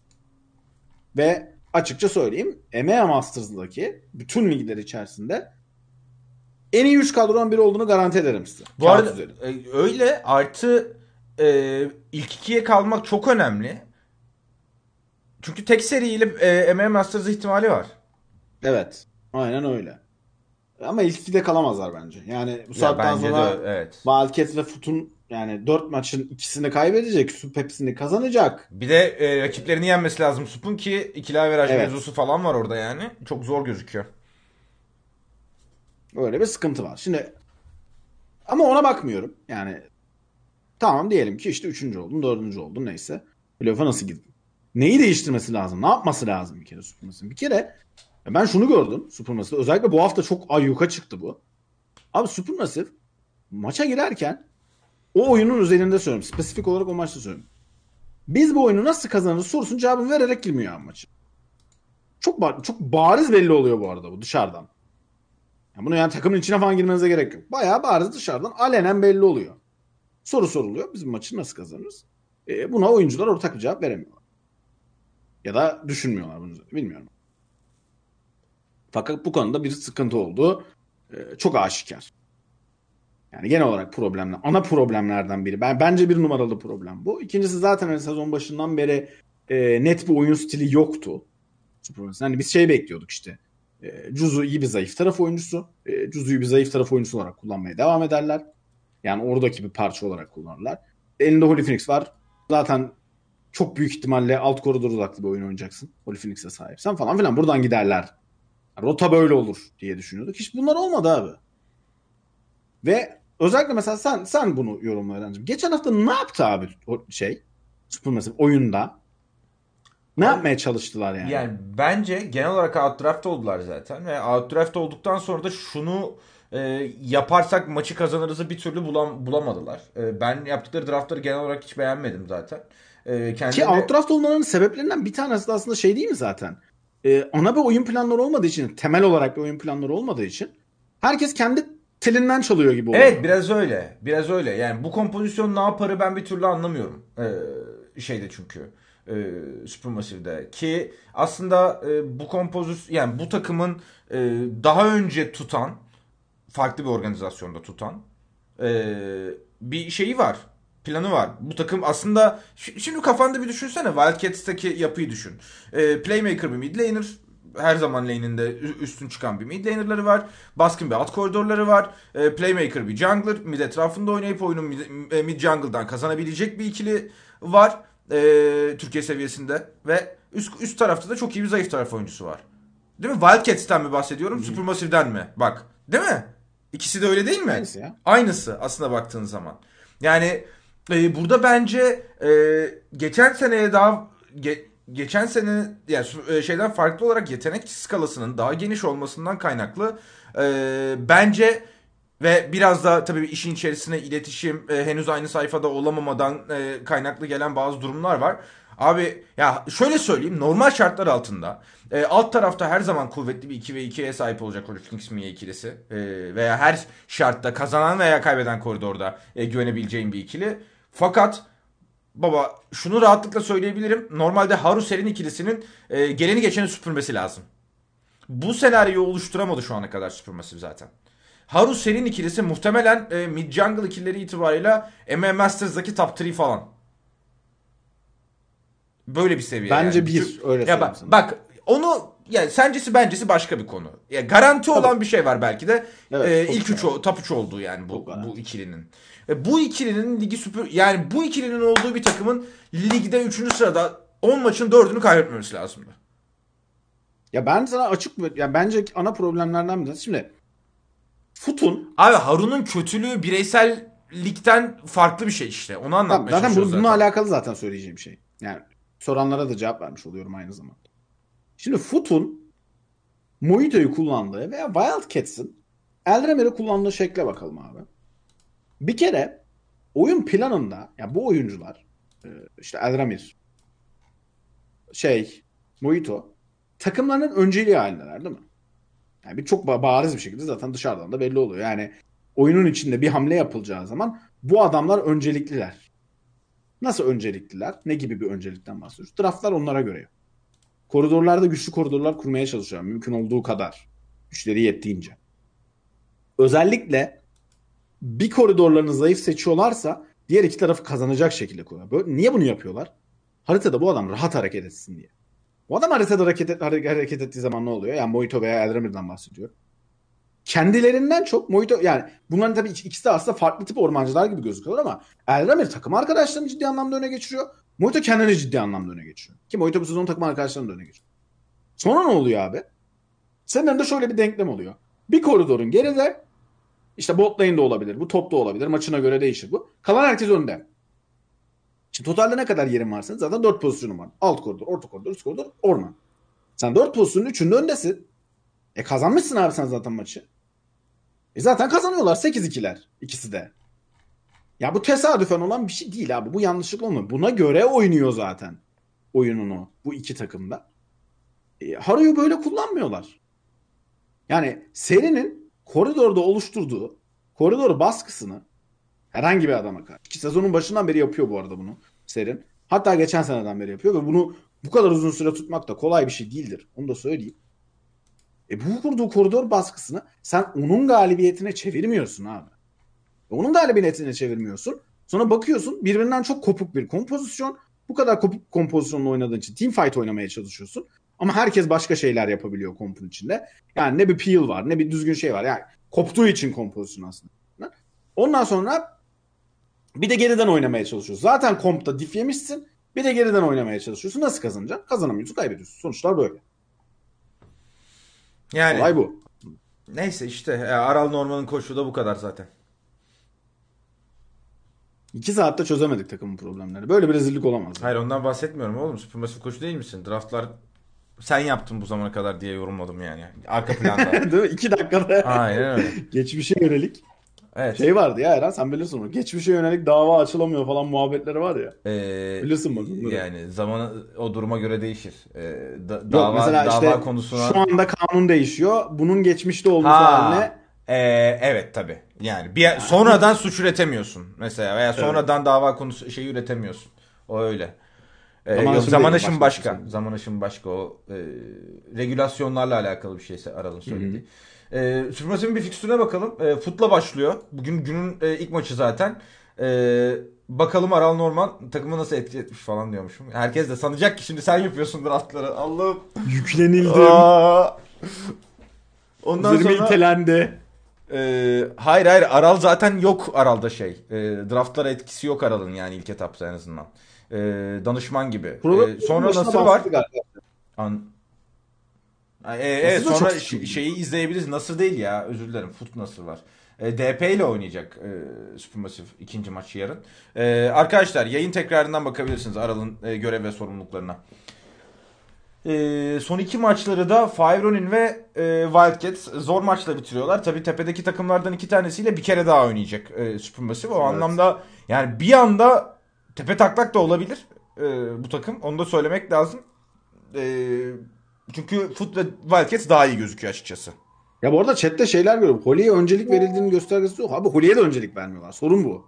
Ve açıkça söyleyeyim E M A Masters'daki bütün ligler içerisinde en iyi üç kadronun biri olduğunu garanti ederim size. Bu Kağıt arada üzerinde. e, öyle artı e, ilk ikiye kalmak çok önemli. Çünkü tek seriyle e, M M A Masters ihtimali var. Evet. Aynen öyle. Ama ilk ikide kalamazlar bence. Yani bu Ya saatten bence sonra de evet. Wildcats ve Foot'un yani dört maçın ikisini kaybedecek. Sup hepsini kazanacak. Bir de e, rakiplerini yenmesi lazım Sup'un ki ikili averaj Evet. mevzusu falan var orada yani. Çok zor gözüküyor. Öyle bir sıkıntı var. Şimdi ama ona bakmıyorum. Yani tamam diyelim ki işte üçüncü oldun, dördüncü oldun neyse. Playoff'a nasıl gittin? Neyi değiştirmesi lazım? Ne yapması lazım bir kere Supermassive? Bir kere ben şunu gördüm Supermassive. Özellikle bu hafta çok ayyuka çıktı bu. Abi Supermassive maça girerken o oyunun üzerinde söylüyorum. Spesifik olarak o maçta söylüyorum. Biz bu oyunu nasıl kazanırız sorusunun cevabını vererek girmiyor abi maçı. Çok ba- çok bariz belli oluyor bu arada bu dışarıdan. Yani bunu yani takımın içine falan girmenize gerek yok. Bayağı bariz dışarıdan alenen belli oluyor. Soru soruluyor. Biz bu maçı nasıl kazanırız? E, buna oyuncular ortak bir cevap veremiyorlar. Ya da düşünmüyorlar bunu üzerine. Bilmiyorum. Fakat bu konuda bir sıkıntı olduğu e, çok aşikar. Yani genel olarak problemler, ana problemlerden biri. Ben bence bir numaralı problem bu. İkincisi zaten hani sezon başından beri e, net bir oyun stili yoktu. Hani biz şey bekliyorduk işte. E, Juzu iyi bir zayıf taraf oyuncusu. E, Juzu'yu bir zayıf taraf oyuncusu olarak kullanmaya devam ederler. Yani oradaki bir parça olarak kullanırlar. Elinde Holy Phoenix var. Zaten çok büyük ihtimalle alt koridor odaklı bir oyun oynayacaksın. Holy Phoenix'e sahipsen falan filan. Buradan giderler. Rota böyle olur diye düşünüyorduk. Hiç bunlar olmadı abi. Ve özellikle mesela sen sen bunu yorumla öğrencim. Geçen hafta ne yaptı abi o şey? Supermassive oyunda. Ne Abi, yapmaya çalıştılar yani? Yani bence genel olarak outdraft oldular zaten ve outdraft olduktan sonra da şunu e, yaparsak maçı kazanırızı bir türlü bulam, bulamadılar. E, ben yaptıkları draftları genel olarak hiç beğenmedim zaten. E, Ki kendileri... outdraft olmalarının sebeplerinden bir tanesi de aslında şey değil mi zaten? Ee, ana bir oyun planları olmadığı için, temel olarak bir oyun planları olmadığı için herkes kendi telinden çalıyor gibi oluyor. Evet, biraz öyle. Biraz öyle. Yani bu kompozisyon ne yaparı ben bir türlü anlamıyorum. Ee, şeyde çünkü. e, Supermassive'de ki aslında e, bu kompozisyon yani bu takımın e, daha önce tutan farklı bir organizasyonda tutan e, bir şeyi var. Planı var. Bu takım aslında şimdi kafanda bir düşünsene Wildcats'taki yapıyı düşün. E, playmaker bir mid laner. Her zaman lane'inde üstün çıkan bir mid laner'ları var. Baskın bir alt koridorları var. E, playmaker bir jungler. Mid etrafında oynayıp oyunun mid, mid jungle'dan kazanabilecek bir ikili var. E, Türkiye seviyesinde. Ve üst, üst tarafta da çok iyi bir zayıf taraf oyuncusu var. Değil mi? Wildcats'ten mi bahsediyorum? Hmm. Supermassive'den mi? Bak. Değil mi? İkisi de öyle değil mi? Aynısı ya. Aynısı aslında baktığın zaman. Yani e, burada bence e, geçen seneye daha ge, geçen sene yani e, şeyden farklı olarak yetenek skalasının daha geniş olmasından kaynaklı e, bence ve biraz da tabii işin içerisine iletişim e, henüz aynı sayfada olamamadan e, kaynaklı gelen bazı durumlar var. Abi ya şöyle söyleyeyim normal şartlar altında e, alt tarafta her zaman kuvvetli bir iki ve ikiye sahip olacak Holy Phoenix Mia ikilisi e, veya her şartta kazanan veya kaybeden koridorda e, güvenebileceğin bir ikili. Fakat baba şunu rahatlıkla söyleyebilirim normalde Haru Serin ikilisinin e, geleni geçeni süpürmesi lazım. Bu senaryoyu oluşturamadı şu ana kadar Supermassive zaten. Haru Serin ikilisi muhtemelen e, mid jungle ikilileri itibarıyla M M Masters'daki top üç falan. Böyle bir seviye. Bence yani. bir Çünkü, öyle ya bak, bak onu yani sencesi bencesi başka bir konu. Ya garanti Tabii. olan bir şey var belki de. Evet, ee, ilk üç top üç olduğu yani bu bu ikilinin. E, bu ikilinin ligi süpür yani bu ikilinin olduğu bir takımın ligde üçüncü sırada on maçın dördünü kaybetmemesi lazımdı. Ya ben sana açık ya bence ana problemlerden biri. Şimdi Futun abi Haru'nun kötülüğü bireysellikten farklı bir şey işte. Onu anlatmaya zaten çalışıyoruz zaten. Bununla alakalı zaten söyleyeceğim şey. Yani soranlara da cevap vermiş oluyorum aynı zamanda. Şimdi Futun Mojito'yu kullandığı veya Wildcats'ın Eldramir'i kullandığı şekle bakalım abi. Bir kere oyun planında ya yani bu oyuncular işte Eldramir şey Mojito takımlarının önceliği halindeler değil mi? Yani bir çok bariz bir şekilde zaten dışarıdan da belli oluyor. Yani oyunun içinde bir hamle yapılacağı zaman bu adamlar öncelikliler. Nasıl öncelikliler? Ne gibi bir öncelikten bahsediyoruz? Draftlar onlara göre. Koridorlarda güçlü koridorlar kurmaya çalışıyor. Mümkün olduğu kadar. Güçleri yettiğince. Özellikle bir koridorlarını zayıf seçiyorlarsa diğer iki tarafı kazanacak şekilde koyuyorlar. Böyle, niye bunu yapıyorlar? Haritada bu adam rahat hareket etsin diye. Bu adam haritada hareket, et, hareket ettiği zaman ne oluyor? Yani Mojito veya Eldramir'den bahsediyor. Kendilerinden çok Mojito yani bunların tabii ikisi de aslında farklı tip ormancılar gibi gözüküyorlar ama Eldramir takım arkadaşlarını ciddi anlamda öne geçiriyor. Mojito kendini ciddi anlamda öne geçiriyor. Ki Mojito bu sezon takım arkadaşlarını da öne geçiriyor. Sonra ne oluyor abi? Senin önünde şöyle bir denklem oluyor. Bir koridorun geride işte bot lane'de olabilir. Bu top da olabilir. Maçına göre değişir bu. Kalan herkes önde. Şimdi totalde ne kadar yerin varsa zaten dört pozisyonun var. Alt koridor, orta koridor, üst koridor, orman. Sen dört pozisyonun üçünde öndesin. E kazanmışsın abi sen zaten maçı. E zaten kazanıyorlar sekiz ikiler ikisi de. Ya bu tesadüfen olan bir şey değil abi. Bu yanlışlıkla olmuyor. Buna göre oynuyor zaten oyununu bu iki takımda. E, Haru'yu böyle kullanmıyorlar. Yani serinin koridorda oluşturduğu koridor baskısını herhangi bir adama karşı. Ki sezonun başından beri yapıyor bu arada bunu serin. Hatta geçen seneden beri yapıyor ve bunu bu kadar uzun süre tutmak da kolay bir şey değildir. Onu da söyleyeyim. E bu kurduğu koridor baskısını sen onun galibiyetine çevirmiyorsun abi. E onun galibiyetine çevirmiyorsun. Sonra bakıyorsun birbirinden çok kopuk bir kompozisyon. Bu kadar kopuk kompozisyonla oynadığın için teamfight oynamaya çalışıyorsun. Ama herkes başka şeyler yapabiliyor kompun içinde. Yani ne bir peel var ne bir düzgün şey var. Yani koptuğu için kompozisyon aslında. Ondan sonra bir de geriden oynamaya çalışıyorsun. Zaten kompta diff yemişsin. Bir de geriden oynamaya çalışıyorsun. Nasıl kazanacaksın? Kazanamıyorsun, kaybediyorsun. Sonuçlar böyle. Yani. Olay bu. Neyse işte. Aral Norman'ın koşuğu da bu kadar zaten. İki saatte çözemedik takımın problemleri. Böyle bir rezillik olamaz. Hayır yani. Ondan bahsetmiyorum oğlum. Supermassive koçu değil misin? Draftlar sen yaptın bu zamana kadar diye yorumladım yani. Arka planda. Değil mi? İki dakikada. Aynen öyle. Geçmişe yönelik. Evet. Şey vardı ya Eren sen bilirsin onu. Geçmişe yönelik dava açılamıyor falan muhabbetleri var ya. Ee, bilirsin bak bunları. Yani zamanı o duruma göre değişir. Ee, da, Yok, dava mesela dava işte konusuna şu anda kanun değişiyor. Bunun geçmişte olması ha, haline. E, evet tabii. Yani bir yani. Sonradan suç üretemiyorsun mesela veya sonradan evet. dava konusu şeyi üretemiyorsun. O öyle. E, Zaman yok aşımı zaman değil, aşımı başka bir başka. şey. Zaman aşımı başka o. E, regülasyonlarla alakalı bir şeyse Aral'ın söylediği. E, Supermassive'in bir fikstürüne bakalım. E, Foot'la başlıyor. Bugün günün e, ilk maçı zaten. E, bakalım Aral Norman takımı nasıl etki etmiş falan diyormuşum. Herkes de sanacak ki şimdi sen yapıyorsun draftları. Allah'ım. Yüklenildim. Aa. Ondan Üzerime sonra itelendi. e, hayır hayır Aral zaten yok Aral'da şey. E, draftlara etkisi yok Aral'ın yani ilk etapta en azından. E, danışman gibi. E, Programın sonra başına Nasır var. bahsetti galiba. An e, evet Nasıl da sonra çok ş- sıkıldı. şeyi izleyebiliriz. Nasır değil ya. Özür dilerim. Foot Nasır var. E, D P ile oynayacak e, Supermassive ikinci maçı yarın. E, arkadaşlar yayın tekrarından bakabilirsiniz Aral'ın e, görev ve sorumluluklarına. E, son iki maçları da Five Ronin ve e, Wildcats zor maçla bitiriyorlar. Tabii tepedeki takımlardan iki tanesiyle bir kere daha oynayacak e, Supermassive. O Evet. anlamda yani bir anda tepe taklak da olabilir e, bu takım. Onu da söylemek lazım. E, çünkü Foot ve Wildcats daha iyi gözüküyor açıkçası. Ya bu arada chatte şeyler görüyorum. Holly'ye öncelik verildiğinin göstergesi yok. Abi Holly'ye de öncelik vermiyorlar. Sorun bu.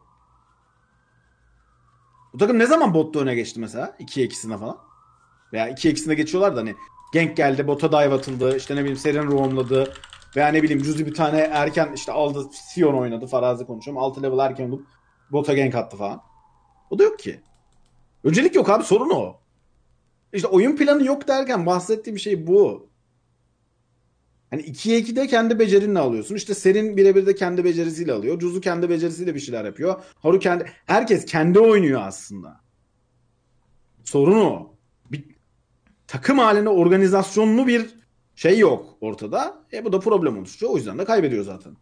Bu takım ne zaman botta öne geçti mesela? ikiye ikisine falan. Veya ikiye ikisine geçiyorlar da hani gank geldi, bota dive atıldı, işte ne bileyim Seren roamladı. Veya ne bileyim Juzi bir tane erken işte aldı, Sion oynadı, farazi konuşuyorum. altı level erken olup bota gank attı falan. O da yok ki. Öncelik yok abi, sorun o. İşte oyun planı yok derken bahsettiğim şey bu. Hani ikiye ikide kendi becerinle alıyorsun. İşte Serin birebir de kendi becerisiyle alıyor. Juzu kendi becerisiyle bir şeyler yapıyor. Haru kendi... Herkes kendi oynuyor aslında. Sorun o. Bir takım halinde organizasyonlu bir şey yok ortada. E bu da problem oluşturuyor. O yüzden de kaybediyor zaten.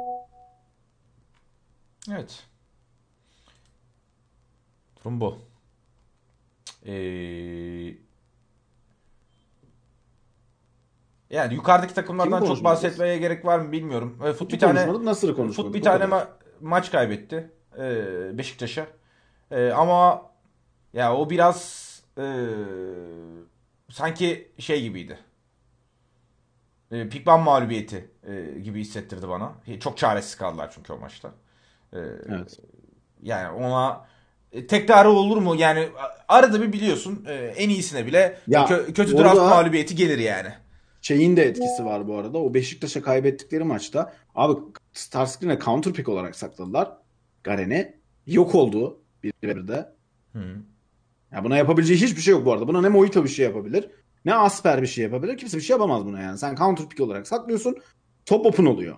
Evet. Durum bu. Ee, yani yukarıdaki Kimi takımlardan çok konuşmadınız? bahsetmeye gerek var mı bilmiyorum. E, Fut Kutu bir tane konuşmadık. Nasır'ı Fut konuşmadık. bir O tane kadar. ma- maç kaybetti. E, Beşiktaş'a. E, ama ya o biraz e, sanki şey gibiydi. E, Pikman mağlubiyeti e, gibi hissettirdi bana. E, Çok çaresiz kaldılar çünkü o maçta. E, Evet. yani ona e, tekrarı olur mu? Yani a- arada bir biliyorsun e, en iyisine bile e, Ya kö- kötü draft orada mağlubiyeti gelir yani. şeyin de etkisi var bu arada. O Beşiktaş'a kaybettikleri maçta abi Starscreen'e counter pick olarak sakladılar. Garen'i yok oldu bir de. Hı. Ya buna yapabileceği hiçbir şey yok bu arada. Buna ne Mojito bir şey yapabilir, ne Asper bir şey yapabilir. Kimse bir şey yapamaz buna yani. Sen counter pick olarak saklıyorsun. Top open oluyor.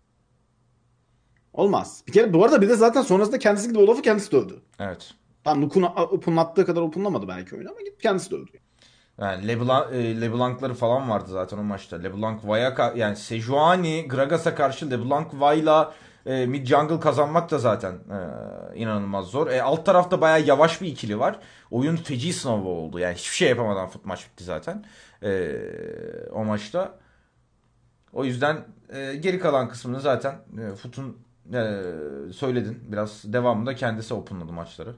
Olmaz. Bir kere bu arada bir de zaten sonrasında kendisi gidip Olaf'ı kendisi dövdü. Evet. Tam Nukun openlattığı kadar openlamadı belki oyunu ama gidip kendisi dövdü. Yani LeBlanc, e, LeBlanc'ları falan vardı zaten o maçta. LeBlanc Vay'a ka- yani Sejuani Gragas'a karşı LeBlanc Vay'la e, mid jungle kazanmak da zaten e, inanılmaz zor. E, alt tarafta bayağı yavaş bir ikili var. Oyun feci sınavı oldu. Yani hiçbir şey yapamadan fut maç bitti zaten. E, o maçta. O yüzden e, geri kalan kısmını zaten e, Foot'un e, söyledin. Biraz devamında kendisi openladı maçları.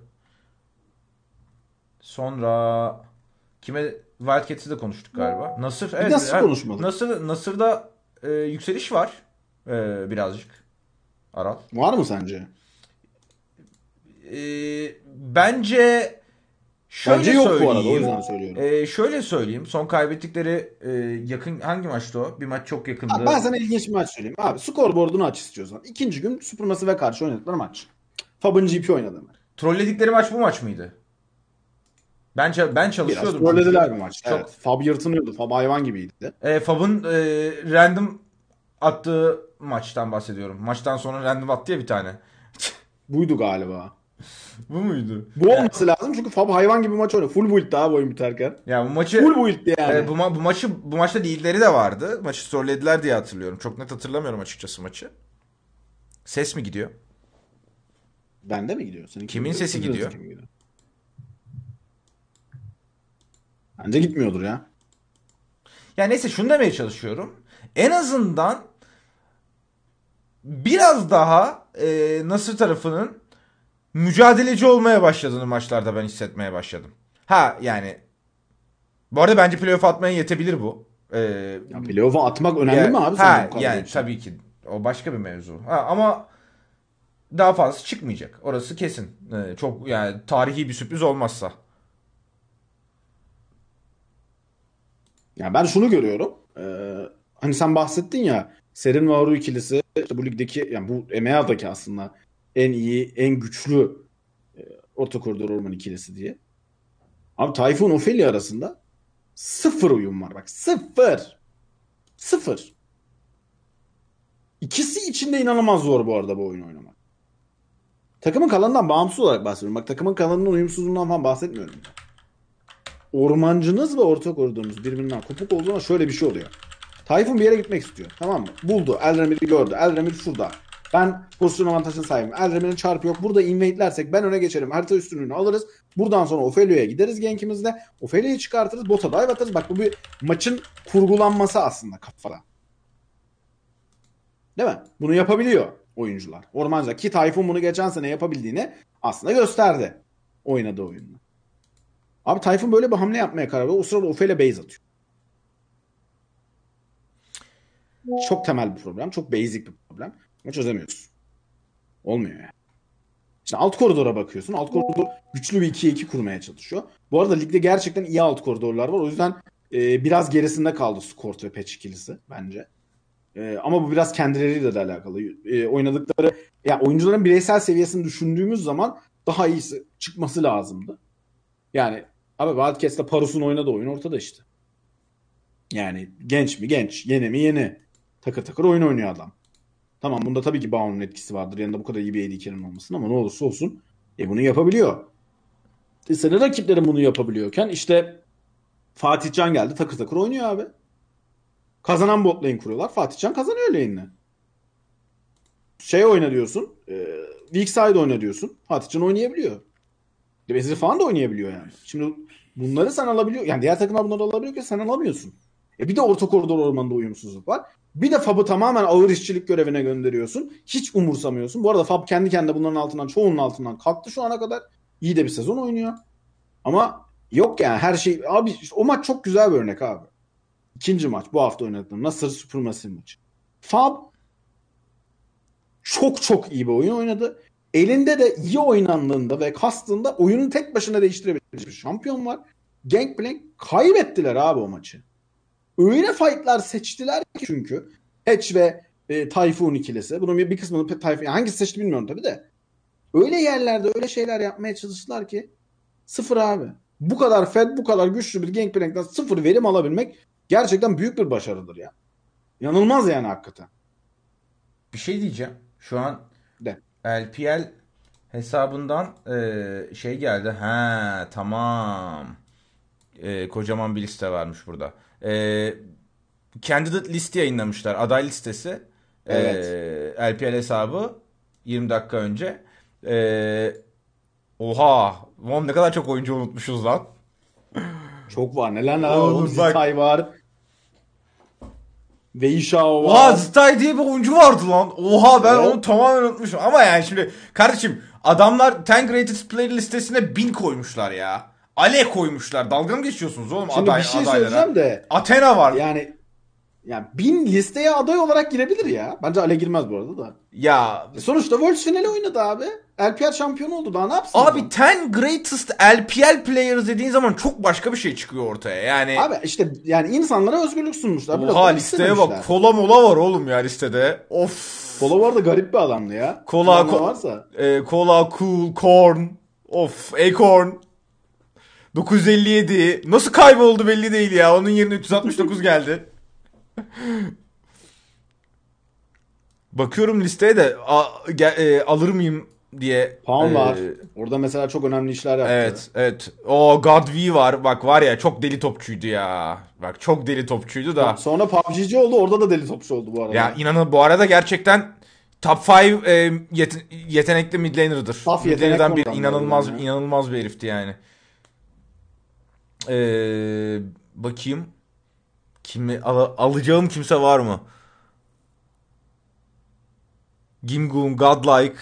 Sonra kime Wildcats'i de konuştuk galiba. Nasır Bir evet nasıl e, konuşmadık? Nasır Nasır'da e, yükseliş var. E, birazcık Aral. Var mı sence? E, bence şöyle Bence yok bu arada. O söyleyeyim. yüzden söylüyorum. E, şöyle söyleyeyim. Son kaybettikleri e, yakın hangi maçtı o? Bir maç çok Abi yakındı. ben sana ilginç bir maç söyleyeyim. Abi skorboard'unu aç istiyorsan. İkinci gün Supermassive'e karşı oynadıkları maç. Fab'ın G P oynadığı maç. Trolledikleri maç bu maç mıydı? Ben ça- ben Biraz çalışıyordum trollediler çünkü. bir maç. Çok Evet. Fab yırtınıyordu. Fab hayvan gibiydi. e, Fab'ın e, random attığı maçtan bahsediyorum. Maçtan sonra random attı ya bir tane. Buydu galiba. Bu muydu? Bu Ya, olması lazım çünkü Fab hayvan gibi maç oynadı. Full build daha oyun biterken. ya bu maçı Full build'di yani. e, bu, ma- bu maçı bu maçta liderleri de vardı. Maçı trollediler diye hatırlıyorum. Çok net hatırlamıyorum açıkçası maçı. Ses mi gidiyor? Bende mi gidiyor? Senin Kimin sesi gidiyor? gidiyor? Bence gitmiyordur ya. Ya neyse şunu demeye çalışıyorum. En azından biraz daha e, Nasır tarafının mücadeleci olmaya başladığını maçlarda ben hissetmeye başladım. Ha yani bu arada bence playoff atmaya yetebilir bu. Ee, Ya playoff'a atmak önemli ya, mi abi ha, sence bu kadar yani için? tabii ki o başka bir mevzu. Ha, ama daha fazla çıkmayacak. Orası kesin. Ee, çok yani tarihi bir sürpriz olmazsa. Yani ben şunu görüyorum. Ee, hani sen bahsettin ya, Serin ve Haru ikilisi işte bu ligdeki, yani bu M M A'daki aslında en iyi, en güçlü e, orta koridor orman ikilisi diye. Abi Tayfun Ofeli arasında sıfır uyum var bak. Sıfır. Sıfır. İkisi için de inanılmaz zor bu arada bu oyunu oynamak. Takımın kalanından bağımsız olarak bahsediyorum. Bak, takımın kalanının uyumsuzluğundan falan bahsetmiyorum. Ormancınız ve orta koridorunuz birbirinden kopuk olduğu zaman şöyle bir şey oluyor. Tayfun bir yere gitmek istiyor. Tamam mı? Buldu. Elremir'i gördü. Elremir şurada. Ben pozisyon avantajını sahibim. Elremir'in çarpı yok. Burada invade'lersek ben öne geçerim. Harita üstünlüğünü alırız. Buradan sonra Ophelio'ya gideriz gankimizle. Ophelio'yu çıkartırız. Bota dive atarız. Bak, bu bir maçın kurgulanması aslında kafada. Değil mi? Bunu yapabiliyor oyuncular. Ormancılar. Ki Tayfun bunu geçen sene yapabildiğini aslında gösterdi. Oynadığı oyunla. Abi Tayfun böyle bir hamle yapmaya karar veriyor. O sırada Ophelia base atıyor. Çok temel bir problem. Çok basic bir problem. Ama çözemiyorsun. Olmuyor yani. İşte alt koridora bakıyorsun. Alt koridor güçlü bir ikiye iki kurmaya çalışıyor. Bu arada ligde gerçekten iyi alt koridorlar var. O yüzden e, biraz gerisinde kaldı Skort ve Patch ikilisi bence. E, ama bu biraz kendileriyle de alakalı. E, oynadıkları, ya yani oyuncuların bireysel seviyesini düşündüğümüz zaman daha iyisi çıkması lazımdı. Yani abi Wildcats'ta Parus'un oynadığı oyun ortada işte. Yani genç mi genç, yeni mi yeni. Takır takır oyun oynuyor adam. Tamam, bunda tabii ki Baum'un etkisi vardır. Yanında bu kadar iyi bir A D carry'nin olmasın, ama ne olursa olsun e bunu yapabiliyor. E senin rakiplerin bunu yapabiliyorken işte Fatih Can geldi, takır takır oynuyor abi. Kazanan bot lane kuruyorlar. Fatih Can kazanıyor lane'ini. Şey oyna diyorsun. E, weak side oyna diyorsun. Fatih Can oynayabiliyor. Vezir falan da oynayabiliyor yani. Şimdi bunları sen alabiliyor. Yani diğer takımlar bunları alabiliyor ki sen alamıyorsun. E bir de orta koridor ormanda uyumsuzluk var. Bir de Fab'ı tamamen ağır işçilik görevine gönderiyorsun. Hiç umursamıyorsun. Bu arada Fab kendi kendine bunların altından, çoğunun altından kalktı şu ana kadar. İyi de bir sezon oynuyor. Ama yok yani her şey. Abi işte o maç çok güzel bir örnek abi. İkinci maç bu hafta oynadığım Nasır Supermassive maçı. Fab çok çok iyi bir oyun oynadı. Elinde de iyi oynandığında ve kastığında oyunun tek başına değiştirebilecek bir şampiyon var. Gangplank kaybettiler abi o maçı. Öyle fightlar seçtiler ki çünkü. Hatch ve e, Typhoon ikilisi. Bunun bir, bir kısmını Typhoon, hangisi seçti bilmiyorum tabii de. Öyle yerlerde öyle şeyler yapmaya çalıştılar ki sıfır abi. Bu kadar fed, bu kadar güçlü bir Gangplank'tan sıfır verim alabilmek gerçekten büyük bir başarıdır ya. Yanılmaz yani hakikaten. Bir şey diyeceğim. Şu an De. L P L hesabından e, şey geldi. Ha tamam. E, kocaman bir liste varmış burada. E, Candidate listi yayınlamışlar. Aday listesi. Evet. E, L P L hesabı yirmi dakika önce. E, oha. Oğlum ne kadar çok oyuncu unutmuşuz lan. Çok var. Neler neler var. Oğlum Oğlum, bak. Zitay var. Weishao Oha, var. Zitay diye bir oyuncu vardı lan. Oha, ben Evet. onu tamamen unutmuşum. Ama yani şimdi kardeşim, adamlar on Greatest Player listesine bin koymuşlar ya. Ale koymuşlar. Dalga mı geçiyorsunuz oğlum Şimdi aday, bir şey adaylara? söyleyeceğim de Athena var. yani yani bin listeye aday olarak girebilir ya. Bence Ale girmez bu arada da. Ya E sonuçta Worlds finali oynadı abi. L P L şampiyonu oldu. Daha ne yapsın abi, adam? on Greatest L P L Players dediğin zaman çok başka bir şey çıkıyor ortaya. Yani Abi işte yani insanlara özgürlük sunmuşlar. Biraz oha, da listeye istememişler. bak. Kola mola var oğlum ya listede. Of. Kola var da garip bir adamdı ya. Kola, Bilenler ko- varsa. e, kola, cool, corn. Of, acorn. dokuz yüz elli yedi. Nasıl kayboldu belli değil ya. Onun yerine üç yüz altmış dokuz geldi. Bakıyorum listeye de a- ge- e, alır mıyım diye. Pound e, var. Orada mesela çok önemli işler yaptı. Evet, evet. O God V var. Bak var ya, çok deli topçuydu ya. Bak çok deli topçuydu da. Sonra P U B G'ci oldu. Orada da deli topçu oldu bu arada. Ya inanın bu arada gerçekten top beş e, yet- yetenekli mid laner'dır. Saf Mid yetenek laner'dan bir ondan inanılmaz ya. inanılmaz bir herifti yani. Ee, bakayım. Kimi al- alacağım kimse var mı? Gimgoon, Godlike,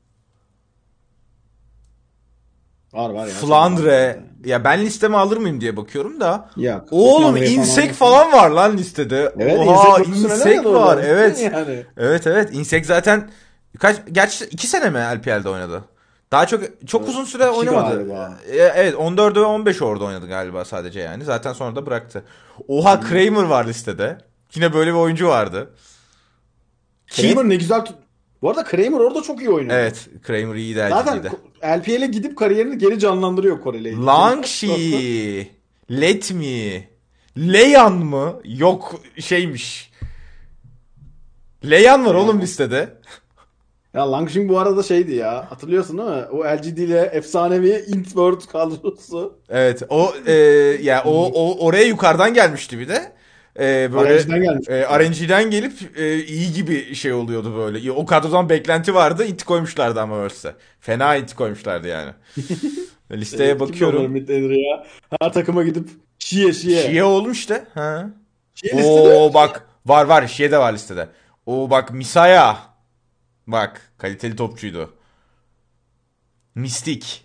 Var var ya. Flandre. Ya ben listeme alır mıyım diye bakıyorum da. Yok. Oğlum Flandre'yi falan Insek almasın. falan var lan listede. Evet, Oha, Insek profesyonel Insek oynadı var. orada. Evet. Yani. Evet evet. Insek zaten kaç gerçi iki sene mi L P L'de oynadı? Daha çok çok uzun süre İki oynamadı. galiba. E, Evet, on dörde ve on beş orada oynadı galiba sadece yani. Zaten sonra da bıraktı. Oha, Kramer var listede. Yine böyle bir oyuncu vardı. Keith. Kramer ne güzel tut- Bu arada Kramer orada çok iyi oynuyordu. Evet, Kramer iyi de Zaten L G D'de. L P L'e gidip kariyerini geri canlandırıyor Koreli. Langshi. Let me. Leyan mı? Yok, şeymiş. Leyan var oğlum listede. Ya Langshing bu arada şeydi ya. Hatırlıyorsun değil mi? O L G D ile efsanevi Int World kadrosu. Evet, o e, ya o, o oraya yukarıdan gelmişti bir de. E, böyle R N G'den gelmiş. e, R N G'den gelip e, iyi gibi şey oluyordu böyle. O kadrodan beklenti vardı. Inti koymuşlardı ama Worlds'e. Fena inti koymuşlardı yani. Listeye Evet, kim onların bakıyorum. midleri ya? Her takıma gidip şiye şiye. Şie olmuş işte. Ha. Şiye listede Oo yok. bak, var var, Şie de var listede. Oo bak, Misaya. Bak, kaliteli topçuydu. Mistik.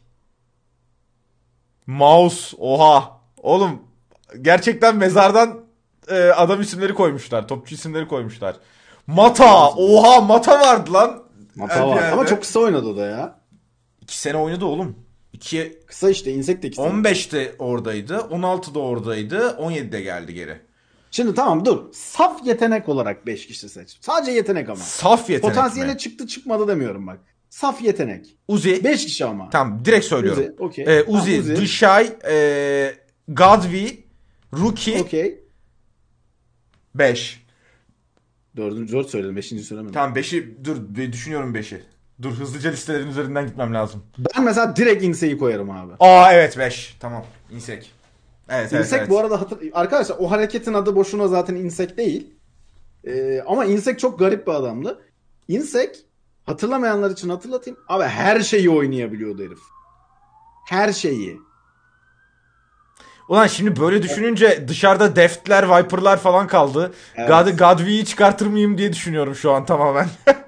Mouse. Oha. Oğlum, gerçekten mezardan e, adam isimleri koymuşlar. Topçu isimleri koymuşlar. Mata. Oha, Mata vardı lan. Mata var. N B A'de. Ama çok kısa oynadı o da ya. iki sene oynadı oğlum. iki Kısa işte. Insect de ikisi. on beşte oradaydı. on altıda oradaydı. on yedide geldi geri. Şimdi tamam dur. Saf yetenek olarak beş kişi seç. Sadece yetenek ama. Saf yetenek Potansiyele mi? çıktı çıkmadı demiyorum bak. Saf yetenek. Uzi. beş kişi ama. Tamam, direkt söylüyorum. Uzi, okey. Ee, Tamam, Uzi, Uzi. Dışay, e, Gadvi, Rookie, Okey. beş. Dördüncü dört söyledim. Beşinci söylemedim. Tamam, beşi dur, bir düşünüyorum beşi. Dur, hızlıca listelerin üzerinden gitmem lazım. Ben mesela direkt Insect'i koyarım abi. Aa evet, beş. Tamam. Insek. Evet, evet, Insect evet. bu arada hatır... Arkadaşlar o hareketin adı boşuna zaten Insect değil. Ee, ama Insect çok garip bir adamdı. Insect, hatırlamayanlar için hatırlatayım. Abi her şeyi oynayabiliyordu herif. Her şeyi. Ulan şimdi böyle düşününce dışarıda Deft'ler, Viper'lar falan kaldı. Evet. God, Godwi'yi çıkartır mıyım diye düşünüyorum şu an tamamen.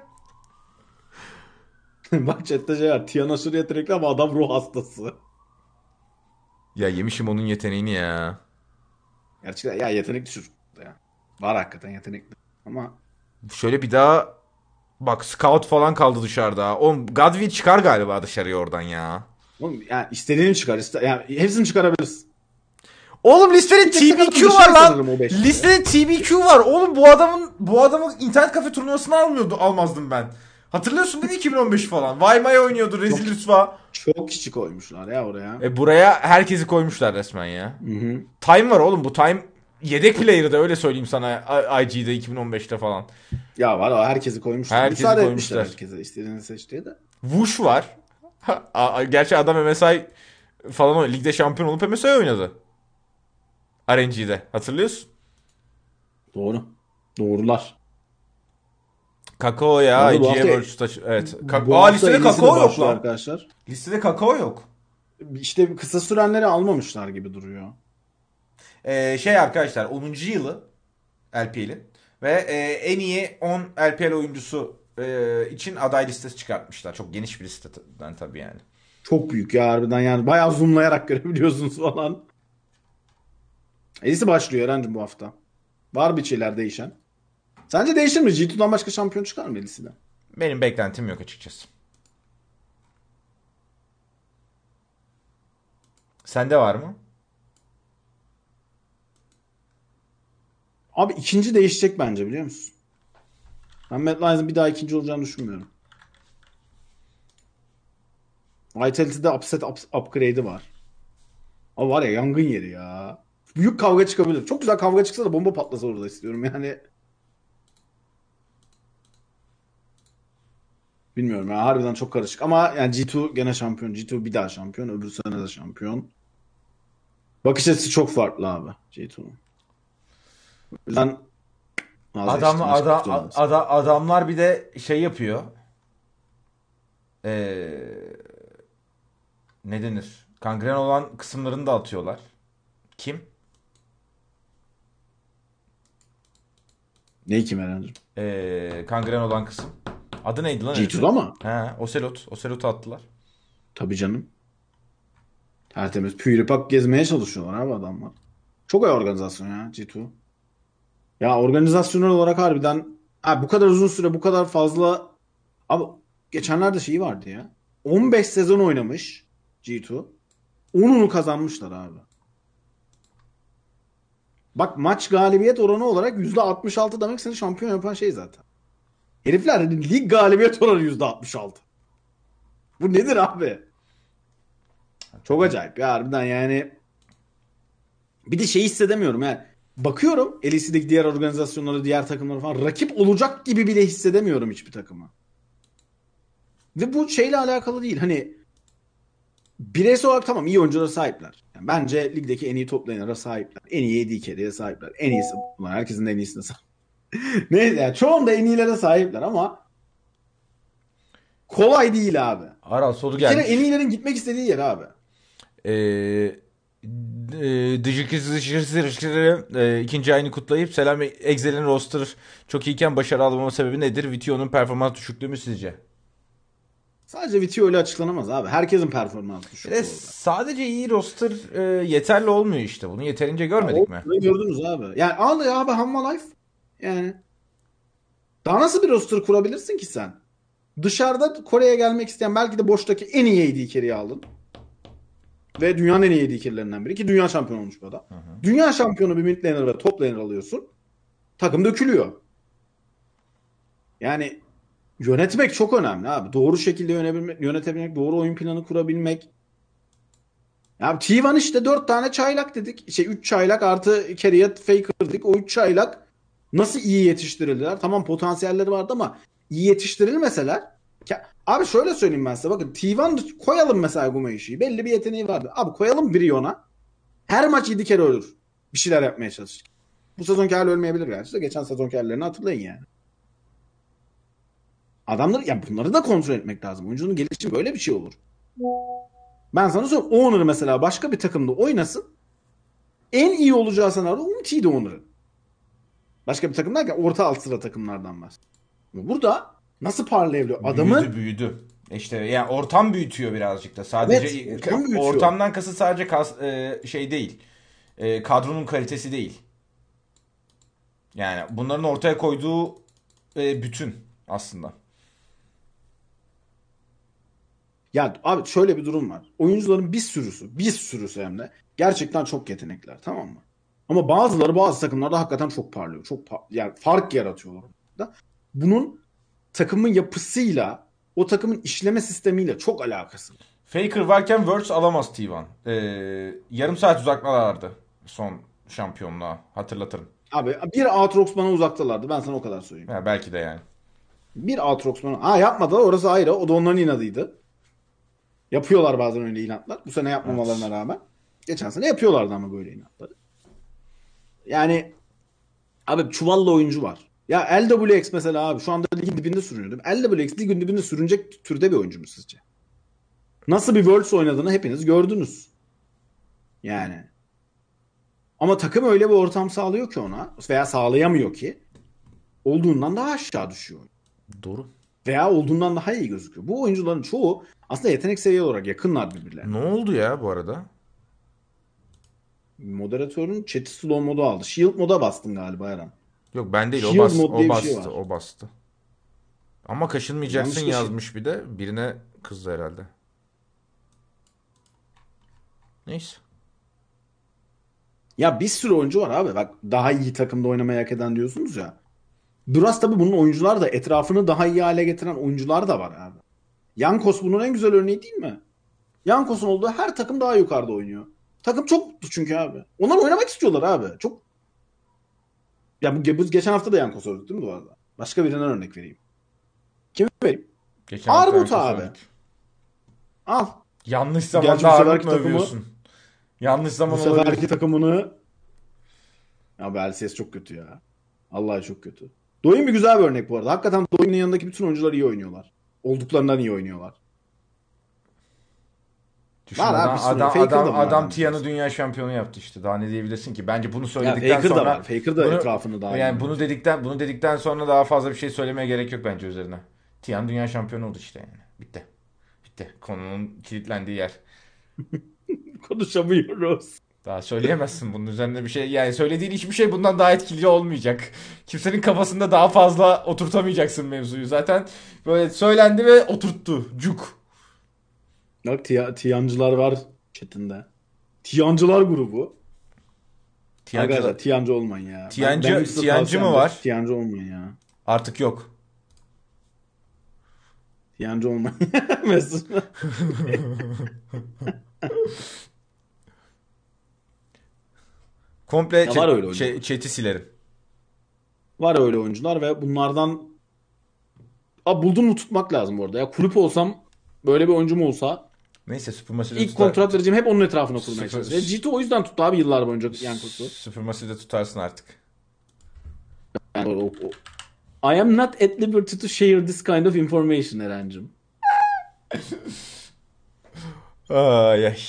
Bak chatte şey var. Tiana Sur yetenekli ama adam ruh hastası. Ya yemişim onun yeteneğini ya. Gerçekten ya yetenekli çocuk ya. Var hakikaten yetenekli. Ama Şöyle bir daha bak, Scout falan kaldı dışarıda. Oğlum, Godwi çıkar galiba dışarıya oradan ya. oğlum yani istediğini çıkar. Iste... Yani hepsini çıkarabiliriz. Oğlum listede Bir tek T B Q takım var dışarı lan. sanırım o beşte. Listede T B Q var. Oğlum, bu adamın bu adamın internet kafe turnuvasını almıyordu, almazdım ben. Hatırlıyorsun değil mi iki bin on beş falan? Vay Maya oynuyordu, rezil rüsva. Çok kişi koymuşlar ya oraya. E buraya herkesi koymuşlar resmen ya. Hı hı. Time var oğlum, bu Time yedek player'ı da, öyle söyleyeyim sana, I G'de iki bin on beşte falan. Ya var o herkesi koymuşlar. Herkesi Müsaade koymuşlar. etmişler herkese istediğini seç diye de. Whoosh var. A- Gerçi adam M S I falan oynadı. Ligde şampiyon olup M S I oynadı. R N G'de. Hatırlıyorsun? Doğru. Doğrular. Kakao ya. Abi bu I G hafta- World Stage. Evet. Ka- Bu Aa, hafta listede elisi de kakao yok başlıyor lan. arkadaşlar. Listede kakao yok. İşte kısa sürenleri almamışlar gibi duruyor. Ee, şey arkadaşlar, onuncu yılı L P L'in ve e, en iyi on L P L oyuncusu e, için aday listesi çıkartmışlar. Çok geniş bir listeden tabii yani. Çok büyük ya harbiden yani. Bayağı zoomlayarak görebiliyorsunuz falan. Elisi başlıyor Eren'cim bu hafta. Var bir şeyler değişen. Sence değişir mi? G iki'den başka şampiyon çıkar mı Elisi'den? Benim beklentim yok açıkçası. Sende var mı? Abi ikinci değişecek bence biliyor musun? Ben Matt Lyons'ın bir daha ikinci olacağını düşünmüyorum. Vitality'de upset up, upgrade'i var. Ama var ya yangın yeri ya. Büyük kavga çıkabilir. Çok güzel kavga çıksa da bomba patlasa orada istiyorum yani. Bilmiyorum ya harbiden çok karışık. Ama yani G iki gene şampiyon. G iki bir daha şampiyon. Öbür sene de şampiyon. Bakış açısı çok farklı abi G iki'nin. O yüzden Adam, vazgeçtim. adam, Hiçbir olmaz. ada- adamlar bir de şey yapıyor. Ee, ne denir? Kangren olan kısımlarını da atıyorlar. Kim? Neyi kim Eren'cim? Ee, kangren olan kısım. Adı neydi lan? G iki'de herifin? ama. He, Ocelot. Ocelot'u attılar. Tabii canım. Tertemiz. Püripak gezmeye çalışıyorlar abi adamlar. Çok iyi organizasyon ya G iki. Ya organizasyonel olarak harbiden ha, bu kadar uzun süre bu kadar fazla abi geçenlerde şeyi vardı ya. on beş sezon oynamış G iki. onunu kazanmışlar abi. Bak maç galibiyet oranı olarak yüzde altmış altı demek seni şampiyon yapan şey zaten. Herifler lig galibiyet oranı yüzde altmış altı. Bu nedir abi? Çok acayip ya harbiden yani. Bir de şey hissedemiyorum yani. Bakıyorum L E C'deki diğer organizasyonlara, diğer takımlara falan rakip olacak gibi bile hissedemiyorum hiçbir takıma. Ve bu şeyle alakalı değil. Hani bireysel olarak tamam iyi oyunculara sahipler. Yani bence ligdeki en iyi top laner'a sahipler. En iyi A D carry'e sahipler. En iyisi. Ulan herkesin en iyisine sahip. Neyse yani çoğunda en iyilere sahipler ama kolay değil abi. Aral soru Bir kere gelmiş. en iyilerin gitmek istediği yer abi. Eee e, ikinci ayını kutlayıp selam Excel'in roster çok iyiken başarı almama sebebi nedir? Vito'nun performans düşüklüğü mü sizce? Sadece Vito öyle açıklanamaz abi. Herkesin performansı düşük E, orada. sadece iyi roster e, yeterli olmuyor işte. Bunu yeterince görmedik ya, mi? gördünüz abi. Yani al ya abi Hanma Life. Yani daha nasıl bir roster kurabilirsin ki sen? Dışarıda Kore'ye gelmek isteyen belki de boştaki en iyi A D carry'i aldın. Ve dünyanın en iyi A D carry'lerinden biri ki dünya şampiyonu olmuş bu adam. Hı hı. Dünya şampiyonu bir mid laner ve top laner alıyorsun. Takım dökülüyor. Yani yönetmek çok önemli abi. Doğru şekilde yönetebilmek, yönetebilmek, doğru oyun planı kurabilmek. Ya T bir işte dört tane çaylak dedik. Şey üç çaylak artı Carriot Faker dedik. O üç çaylak nasıl iyi yetiştirildiler? Tamam potansiyelleri vardı ama iyi yetiştirilmeseler. Abi şöyle söyleyeyim ben size. Bakın T bir koyalım mesela Gumeishi'yi. Belli bir yeteneği vardı. Abi koyalım biri ona. Her maç yedi kere ölür. Bir şeyler yapmaya çalışır. Bu sezonki hali ölmeyebilir gerçi de. Geçen sezonki hallerini hatırlayın yani. Adamları ya bunları da kontrol etmek lazım. Oyuncunun gelişimi böyle bir şey olur. Ben sana söyleyeyim. Owner mesela başka bir takımda oynasın. En iyi olacağı senaryo Umti'ydi Owner'ın. Başka bir takım derken orta alt sıra takımlardan bahsediyorum. Burada nasıl parlayabiliyor? Adamın büyüdü büyüdü. İşte yani ortam büyütüyor birazcık da. Sadece evet, ortam büyütüyor. Ortamdan kasıt sadece kas, e, şey değil. E, kadronun kalitesi değil. Yani bunların ortaya koyduğu e, bütün aslında. Ya abi şöyle bir durum var. Oyuncuların bir sürüsü, bir sürüsü hem de gerçekten çok yetenekler, tamam mı? Ama bazıları bazı takımlarda hakikaten çok parlıyor. Çok par- yani fark yaratıyorlar. Bunun takımın yapısıyla, o takımın işleme sistemiyle çok alakası var. Faker varken Worlds alamaz T bir. Ee, yarım saat uzaktalardı son şampiyonluğa. Hatırlatırım. Abi bir Aatrox bana uzaktalardı. Ben sana o kadar söyleyeyim. Ya belki de yani. Bir Aatrox bana... Ha yapmadılar orası ayrı. O da onların inadıydı. Yapıyorlar bazen öyle inatlar. Bu sene yapmamalarına evet. rağmen. Geçen sene yapıyorlardı ama böyle inatları. Yani abi çuvallı oyuncu var. Ya L W X mesela abi şu anda ligin dibinde sürünüyor. L W X ligin dibinde sürünecek türde bir oyuncu mu sizce? Nasıl bir Worlds oynadığını hepiniz gördünüz. Yani. Ama takım öyle bir ortam sağlıyor ki ona veya sağlayamıyor ki olduğundan daha aşağı düşüyor. Doğru. Veya olduğundan daha iyi gözüküyor. Bu oyuncuların çoğu aslında yetenek seviye olarak yakınlar birbirlerine. Ne oldu ya bu arada? Moderatörün chat'i slow modu aldı. Shield moda bastın galiba Eren. Yok ben değil Shield o, bas, mod o diye bir bastı şey var. o bastı. Ama kaşınmayacaksın Yanlış yazmış bir de. Birine kızdı herhalde. Neyse. Ya bir sürü oyuncu var abi. Bak daha iyi takımda oynamayı hak eden diyorsunuz ya. Biraz tabii bunun oyuncular da etrafını daha iyi hale getiren oyuncular da var abi. Yankos bunun en güzel örneği değil mi? Yankos'un olduğu her takım daha yukarıda oynuyor. Takım çok mutlu çünkü abi. Onlar oynamak istiyorlar abi. Çok. Ya bu, bu geçen hafta da Yankos öldü değil mi bu arada? Başka birinden örnek vereyim. Kimi vereyim? Geçen Armut abi. Öldük. Al. Yanlış zamanda Armut mu övüyorsun? Takımı, Yanlış zaman bu seferki takımını ya Belsies çok kötü ya. Vallahi çok kötü. Doyum bir güzel bir örnek bu arada. Hakikaten Doyum'un yanındaki bütün oyuncular iyi oynuyorlar. Olduklarından iyi oynuyorlar. Düşün, var adam adam adam, adam Tia'nı dünya şampiyonu yaptı işte. Daha ne diyebilirsin ki? Bence bunu söyledikten ya Faker sonra da var. Faker da bunu, etrafını daha yani bunu dedikten bunu dedikten sonra daha fazla bir şey söylemeye gerek yok bence üzerine. Tia'nın dünya şampiyonu oldu işte yani. Bitti. Bitti. Konunun kilitlendiği yer. Konuşamıyoruz. Daha söyleyemezsin bunun üzerine bir şey. Yani söylediğin hiçbir şey bundan daha etkili olmayacak. Kimsenin kafasında daha fazla oturtamayacaksın mevzuyu. Zaten böyle söylendi ve oturttu. Cuk. Bak tiya, Tiyancılar var chatinde. Tiyancılar grubu. Tiyancı, Arkadaşlar Tiyancı olmayın ya. Ben, benim Tiyancı, size Tiyancı mı tavsiyemdir. var? Tiyancı olmayın ya. Artık yok. Tiyancı olmayın. Mesut. Komple Ya var chat, öyle şey, oyuncular. chat'i silerim. Var öyle oyuncular ve bunlardan Aa, buldun mu tutmak lazım orada. Ya kulüp olsam böyle bir oyuncum olsa Neyse Supermassive'de ilk tutar. kontrat vereceğim hep onun etrafına kurmaya Super, çalışıyor. G T o yüzden tuttu abi yıllar boyunca Yankees'u. Supermassive'de tutarsın artık. Yani o, o- I am not at liberty to share this kind of information Eren'cim. Ay ay.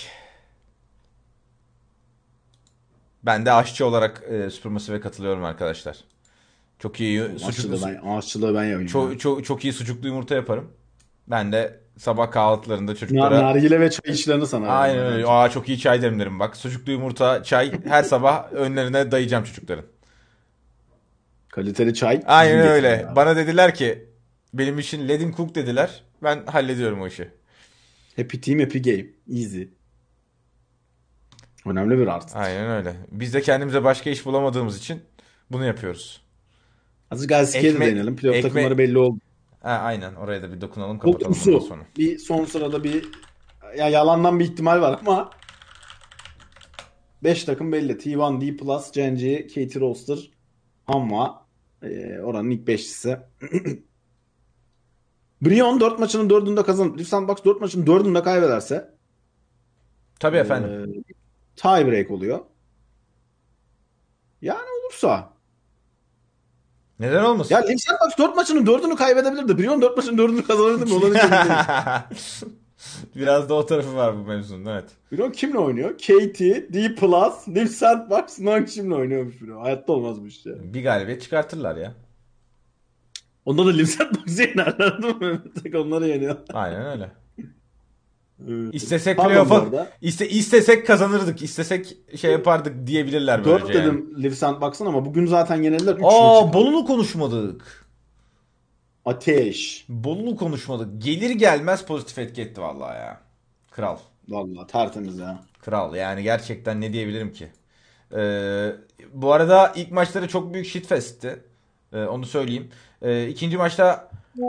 Ben de aşçı olarak e, Supermassive'e katılıyorum arkadaşlar. Çok iyi sucuklu, Aşçılığı ben, aşçılığı ben yapayım çok, ya. çok, çok iyi sucuklu yumurta yaparım. Ben de sabah kahvaltılarında Nar- çocuklara Nargile ve çay işlerini sana veririm aynen öyle. Eren'cim. Aa çok iyi çay demlerim bak. Sucuklu yumurta, çay her sabah önlerine dayayacağım çocukların. Kaliteli çay Aynen bizim getiririz öyle. abi. Bana dediler ki benim için let him cook dediler. Ben hallediyorum o işi. Happy team, happy game. Easy. Önemli bir artı. Aynen öyle. Biz de kendimize başka iş bulamadığımız için bunu yapıyoruz. Azıcık Galatasaray de Ekmek, değinelim. Playoff takımları ekmek. belli oldu. Ha, aynen oraya da bir dokunalım kapatalım bundan Olumsu. sonra. Bir son sırada bir ya yalandan bir ihtimal var ama beş takım belli. T bir, D plus, Genji, K T Roster, Hanwha. Ee, oranın ilk beşlisi. Brion dört maçının dördünde kazanıp Leaf Sandbox dört maçın dördünde kaybederse Tabii efendim. e, tie break oluyor. Yani olursa. Neden olmasın? Ya Leaf Sandbox dört maçının dördünü kaybedebilirdi. Brion dört maçın dördünü kazanırdı mı? Ondan hiç emin değilim. Biraz da o tarafı var bu mevzunun evet. Brion kimle oynuyor? K T, D plus, Leaf Sandbox, Nang kimle oynuyormuş Brion? Hayatta olmaz bu iş ya. Bir galibiyet çıkartırlar ya. Onda da Leaf Sandbox'ı yenerler değil mi? Tek onları yeniyor. Aynen öyle. Evet. İstesek Pardon bu playoff'a arada. iste, istesek kazanırdık. İstesek şey yapardık diyebilirler dört böylece yani. dedim Leaf Sandbox'ın ama bugün zaten yenildiler. üç maçı Aa kaldı. Bolulu konuşmadık. Ateş. Bolulu konuşmadık. Gelir gelmez pozitif etki etti vallahi ya. Kral. Vallahi tertemiz ya. Kral yani gerçekten ne diyebilirim ki? Ee, bu arada ilk maçları çok büyük shitfest'ti. Ee, onu söyleyeyim. Ee, ikinci maçta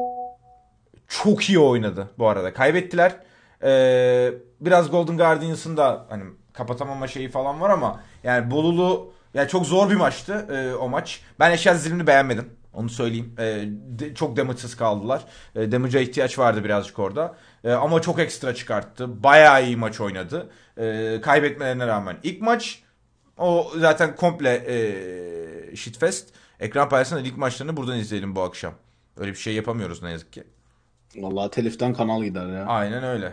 çok iyi oynadı bu arada. Kaybettiler. Ee, biraz Golden Guardians'ın da hani kapatamama şeyi falan var ama yani Bolulu yani çok zor bir maçtı e, o maç. Ben eşya dizilimini beğenmedim. Onu söyleyeyim. E, de, çok damage'sız kaldılar. E, damage'a ihtiyaç vardı birazcık orada. E, ama çok ekstra çıkarttı. Bayağı iyi maç oynadı. E, kaybetmelerine rağmen. İlk maç o zaten komple e, shitfest. Ekran paylaşsana lig maçlarını buradan izleyelim bu akşam. Öyle bir şey yapamıyoruz ne yazık ki. Vallahi teliften kanal gider ya. Aynen öyle.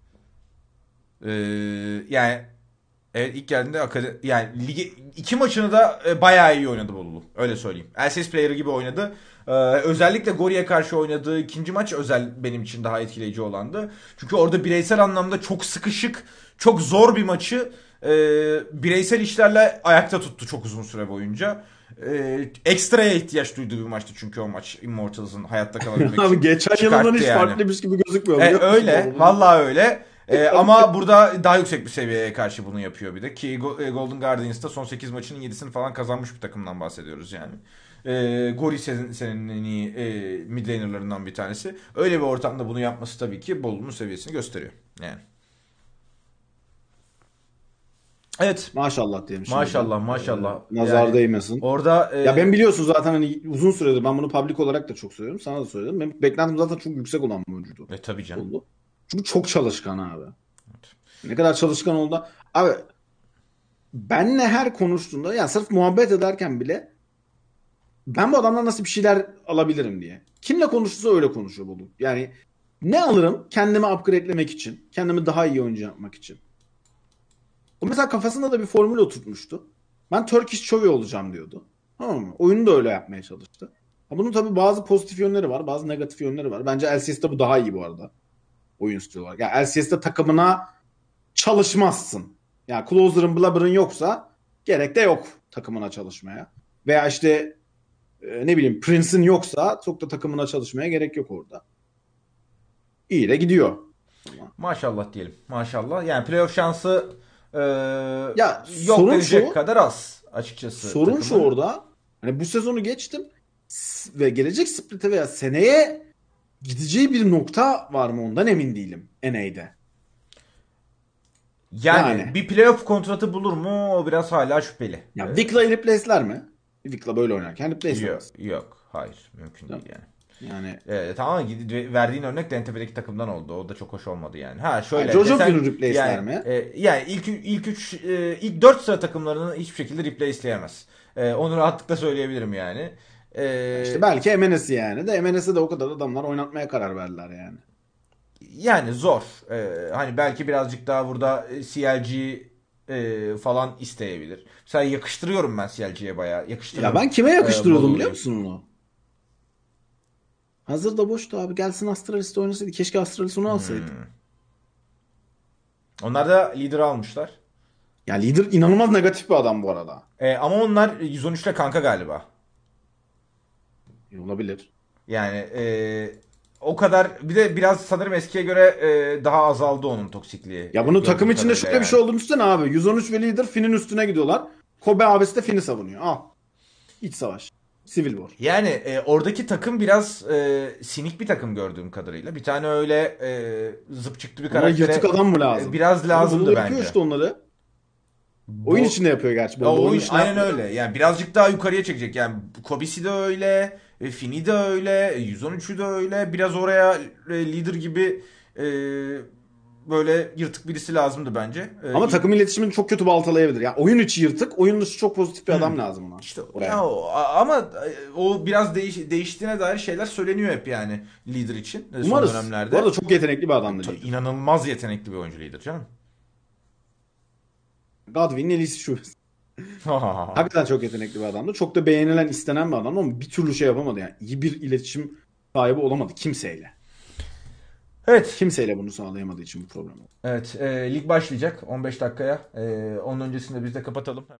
Ee, yani evet ilk geldiğinde akade- yani ligi iki maçını da e, bayağı iyi oynadı Bolulu. Öyle söyleyeyim. L C S player'ı gibi oynadı. Ee, özellikle Gori'ye karşı oynadığı ikinci maç özel benim için daha etkileyici olandı. Çünkü orada bireysel anlamda çok sıkışık, çok zor bir maçı e, bireysel işlerle ayakta tuttu çok uzun süre boyunca. E, ekstraya ihtiyaç duyduğu bir maçtı çünkü o maç Immortals'ın hayatta kalabilmek Abi için. geçen Çıkarttı yılından hiç yani. farklıymış gibi gözükmüyor. E, biliyor musun öyle. oğlum? Vallahi öyle. E, ama burada daha yüksek bir seviyeye karşı bunu yapıyor bir de. Ki Go- e, Golden Guardians'ta son sekiz maçının yedisini falan kazanmış bir takımdan bahsediyoruz yani. E, Gori senin, senin en iyi e, mid laner'larından bir tanesi. Öyle bir ortamda bunu yapması tabii ki Bolu'nun seviyesini gösteriyor. Yani. Evet. Maşallah diyelim şimdi. Maşallah maşallah. Ee, nazar Yani değmesin. orada e, Ya ben biliyorsun zaten hani uzun süredir ben bunu public olarak da çok söylüyorum. Sana da söyledim. Benim beklentim zaten çok yüksek olan bir oyuncuydu. e, tabii canım. Oldu. Çünkü çok çalışkan abi. Ne kadar çalışkan oldu. Abi benle her konuştuğunda yani sırf muhabbet ederken bile ben bu adamdan nasıl bir şeyler alabilirim diye. Kimle konuşursa öyle konuşuyor Bolu. Yani ne alırım kendimi upgrade'lemek için. Kendimi daha iyi oyuncu yapmak için. O mesela kafasında da bir formül oturtmuştu. Ben Turkish Chovy olacağım diyordu. Tamam mı? Oyunu da öyle yapmaya çalıştı. Ha, bunun tabii bazı pozitif yönleri var. Bazı negatif yönleri var. Bence L C S'te bu daha iyi bu arada. Oyun stili olarak. Yani L C S'te takımına çalışmazsın. Yani closer'ın blubber'ın yoksa gerek de yok takımına çalışmaya. Veya işte e, ne bileyim Prince'in yoksa çok da takımına çalışmaya gerek yok orada. İyi de gidiyor. Maşallah diyelim. Maşallah. Yani playoff şansı e, Ya yok sorun denecek şu, kadar az açıkçası sorun şu takımın. orada. Hani bu sezonu geçtim S- ve gelecek split'e veya seneye gideceği bir nokta var mı ondan emin değilim N A'de. Yani Yani bir playoff kontratı bulur mu? O biraz hala şüpheli. ya E, Vicla'yı replace'ler mi? Vicla böyle oynarken yok, replace'lemez. yok. Hayır. Mümkün değil yani. Yani E, tamam gidi- verdiğin örnek de Entepe'deki takımdan oldu. O da çok hoş olmadı yani. Ha yani şöyle Jojo desen Finu replace'ler yani mi? e, yani ilk ilk üç e, ilk dört sıra takımlarını hiçbir şekilde replaceleyemez. E, onu rahatlıkla söyleyebilirim yani. Ya işte E, belki M N S'i yani de M N S'i de o kadar adamlar oynatmaya karar verdiler yani. Yani zor. E, hani belki birazcık daha burada C L G e, falan isteyebilir. Mesela yakıştırıyorum ben C L G'ye bayağı. Ya Yakıştırırım ben kime e, yakıştırıyordum biliyor Mallory'yi. musun onu? Hazır da boştu abi. Gelsin Astralis'te oynasaydı. Keşke Astralis onu alsaydı. Hmm. Onlar da lider almışlar. Ya lider inanılmaz negatif bir adam bu arada. E, ama onlar yüz on üçle kanka galiba. E, olabilir. Yani e, o kadar bir de biraz sanırım eskiye göre e, daha azaldı onun toksikliği Ya e, bunu takım gördüğüm içinde kadarıyla şöyle bir şey yani. olduğunu düşünsene abi. yüz on üç ve lider Finn'in üstüne gidiyorlar. Kobe abisi de Finn'i savunuyor. Al. İç savaş. Civil War. Yani e, oradaki takım biraz e, sinik bir takım gördüğüm kadarıyla. Bir tane öyle e, zıp çıktı bir Ona yatık karaktere adam mı e, lazım? biraz Abi bunu lazımdı yapıyor bence. işte onları. Oyun Bu içinde yapıyor gerçi. Bu ya arada oyun oyun içinde aynen yapmıyor öyle. da. Yani birazcık daha yukarıya çekecek. Yani Kobe'si de öyle, e, Finn'i de öyle, e, yüz on üçü de öyle. Biraz oraya e, lider gibi e, böyle yırtık birisi lazımdı bence. E, Ama iyi- takım iletişimini çok kötü baltalayabilir. Ya oyun içi yırtık, oyun dışı çok pozitif bir adam Hmm. lazım ona. İşte ya Oraya. o- a- ama e, o biraz değiş, değiştiğine dair şeyler söyleniyor hep yani lider için e, son Umarız. Bu arada dönemlerde. çok yetenekli bir adamdı Ta- lider. inanılmaz yetenekli bir oyuncu lider canım. Godwin'in en iyisi şubesi. Hakikaten çok yetenekli bir adamdı. Çok da beğenilen, istenen bir adamdı ama bir türlü şey yapamadı yani. İyi bir iletişim sahibi olamadı kimseyle. Evet. Kimseyle bunu sağlayamadığı için bu problem oldu. Evet. E, lig başlayacak on beş dakikaya. E, onun öncesinde biz de kapatalım.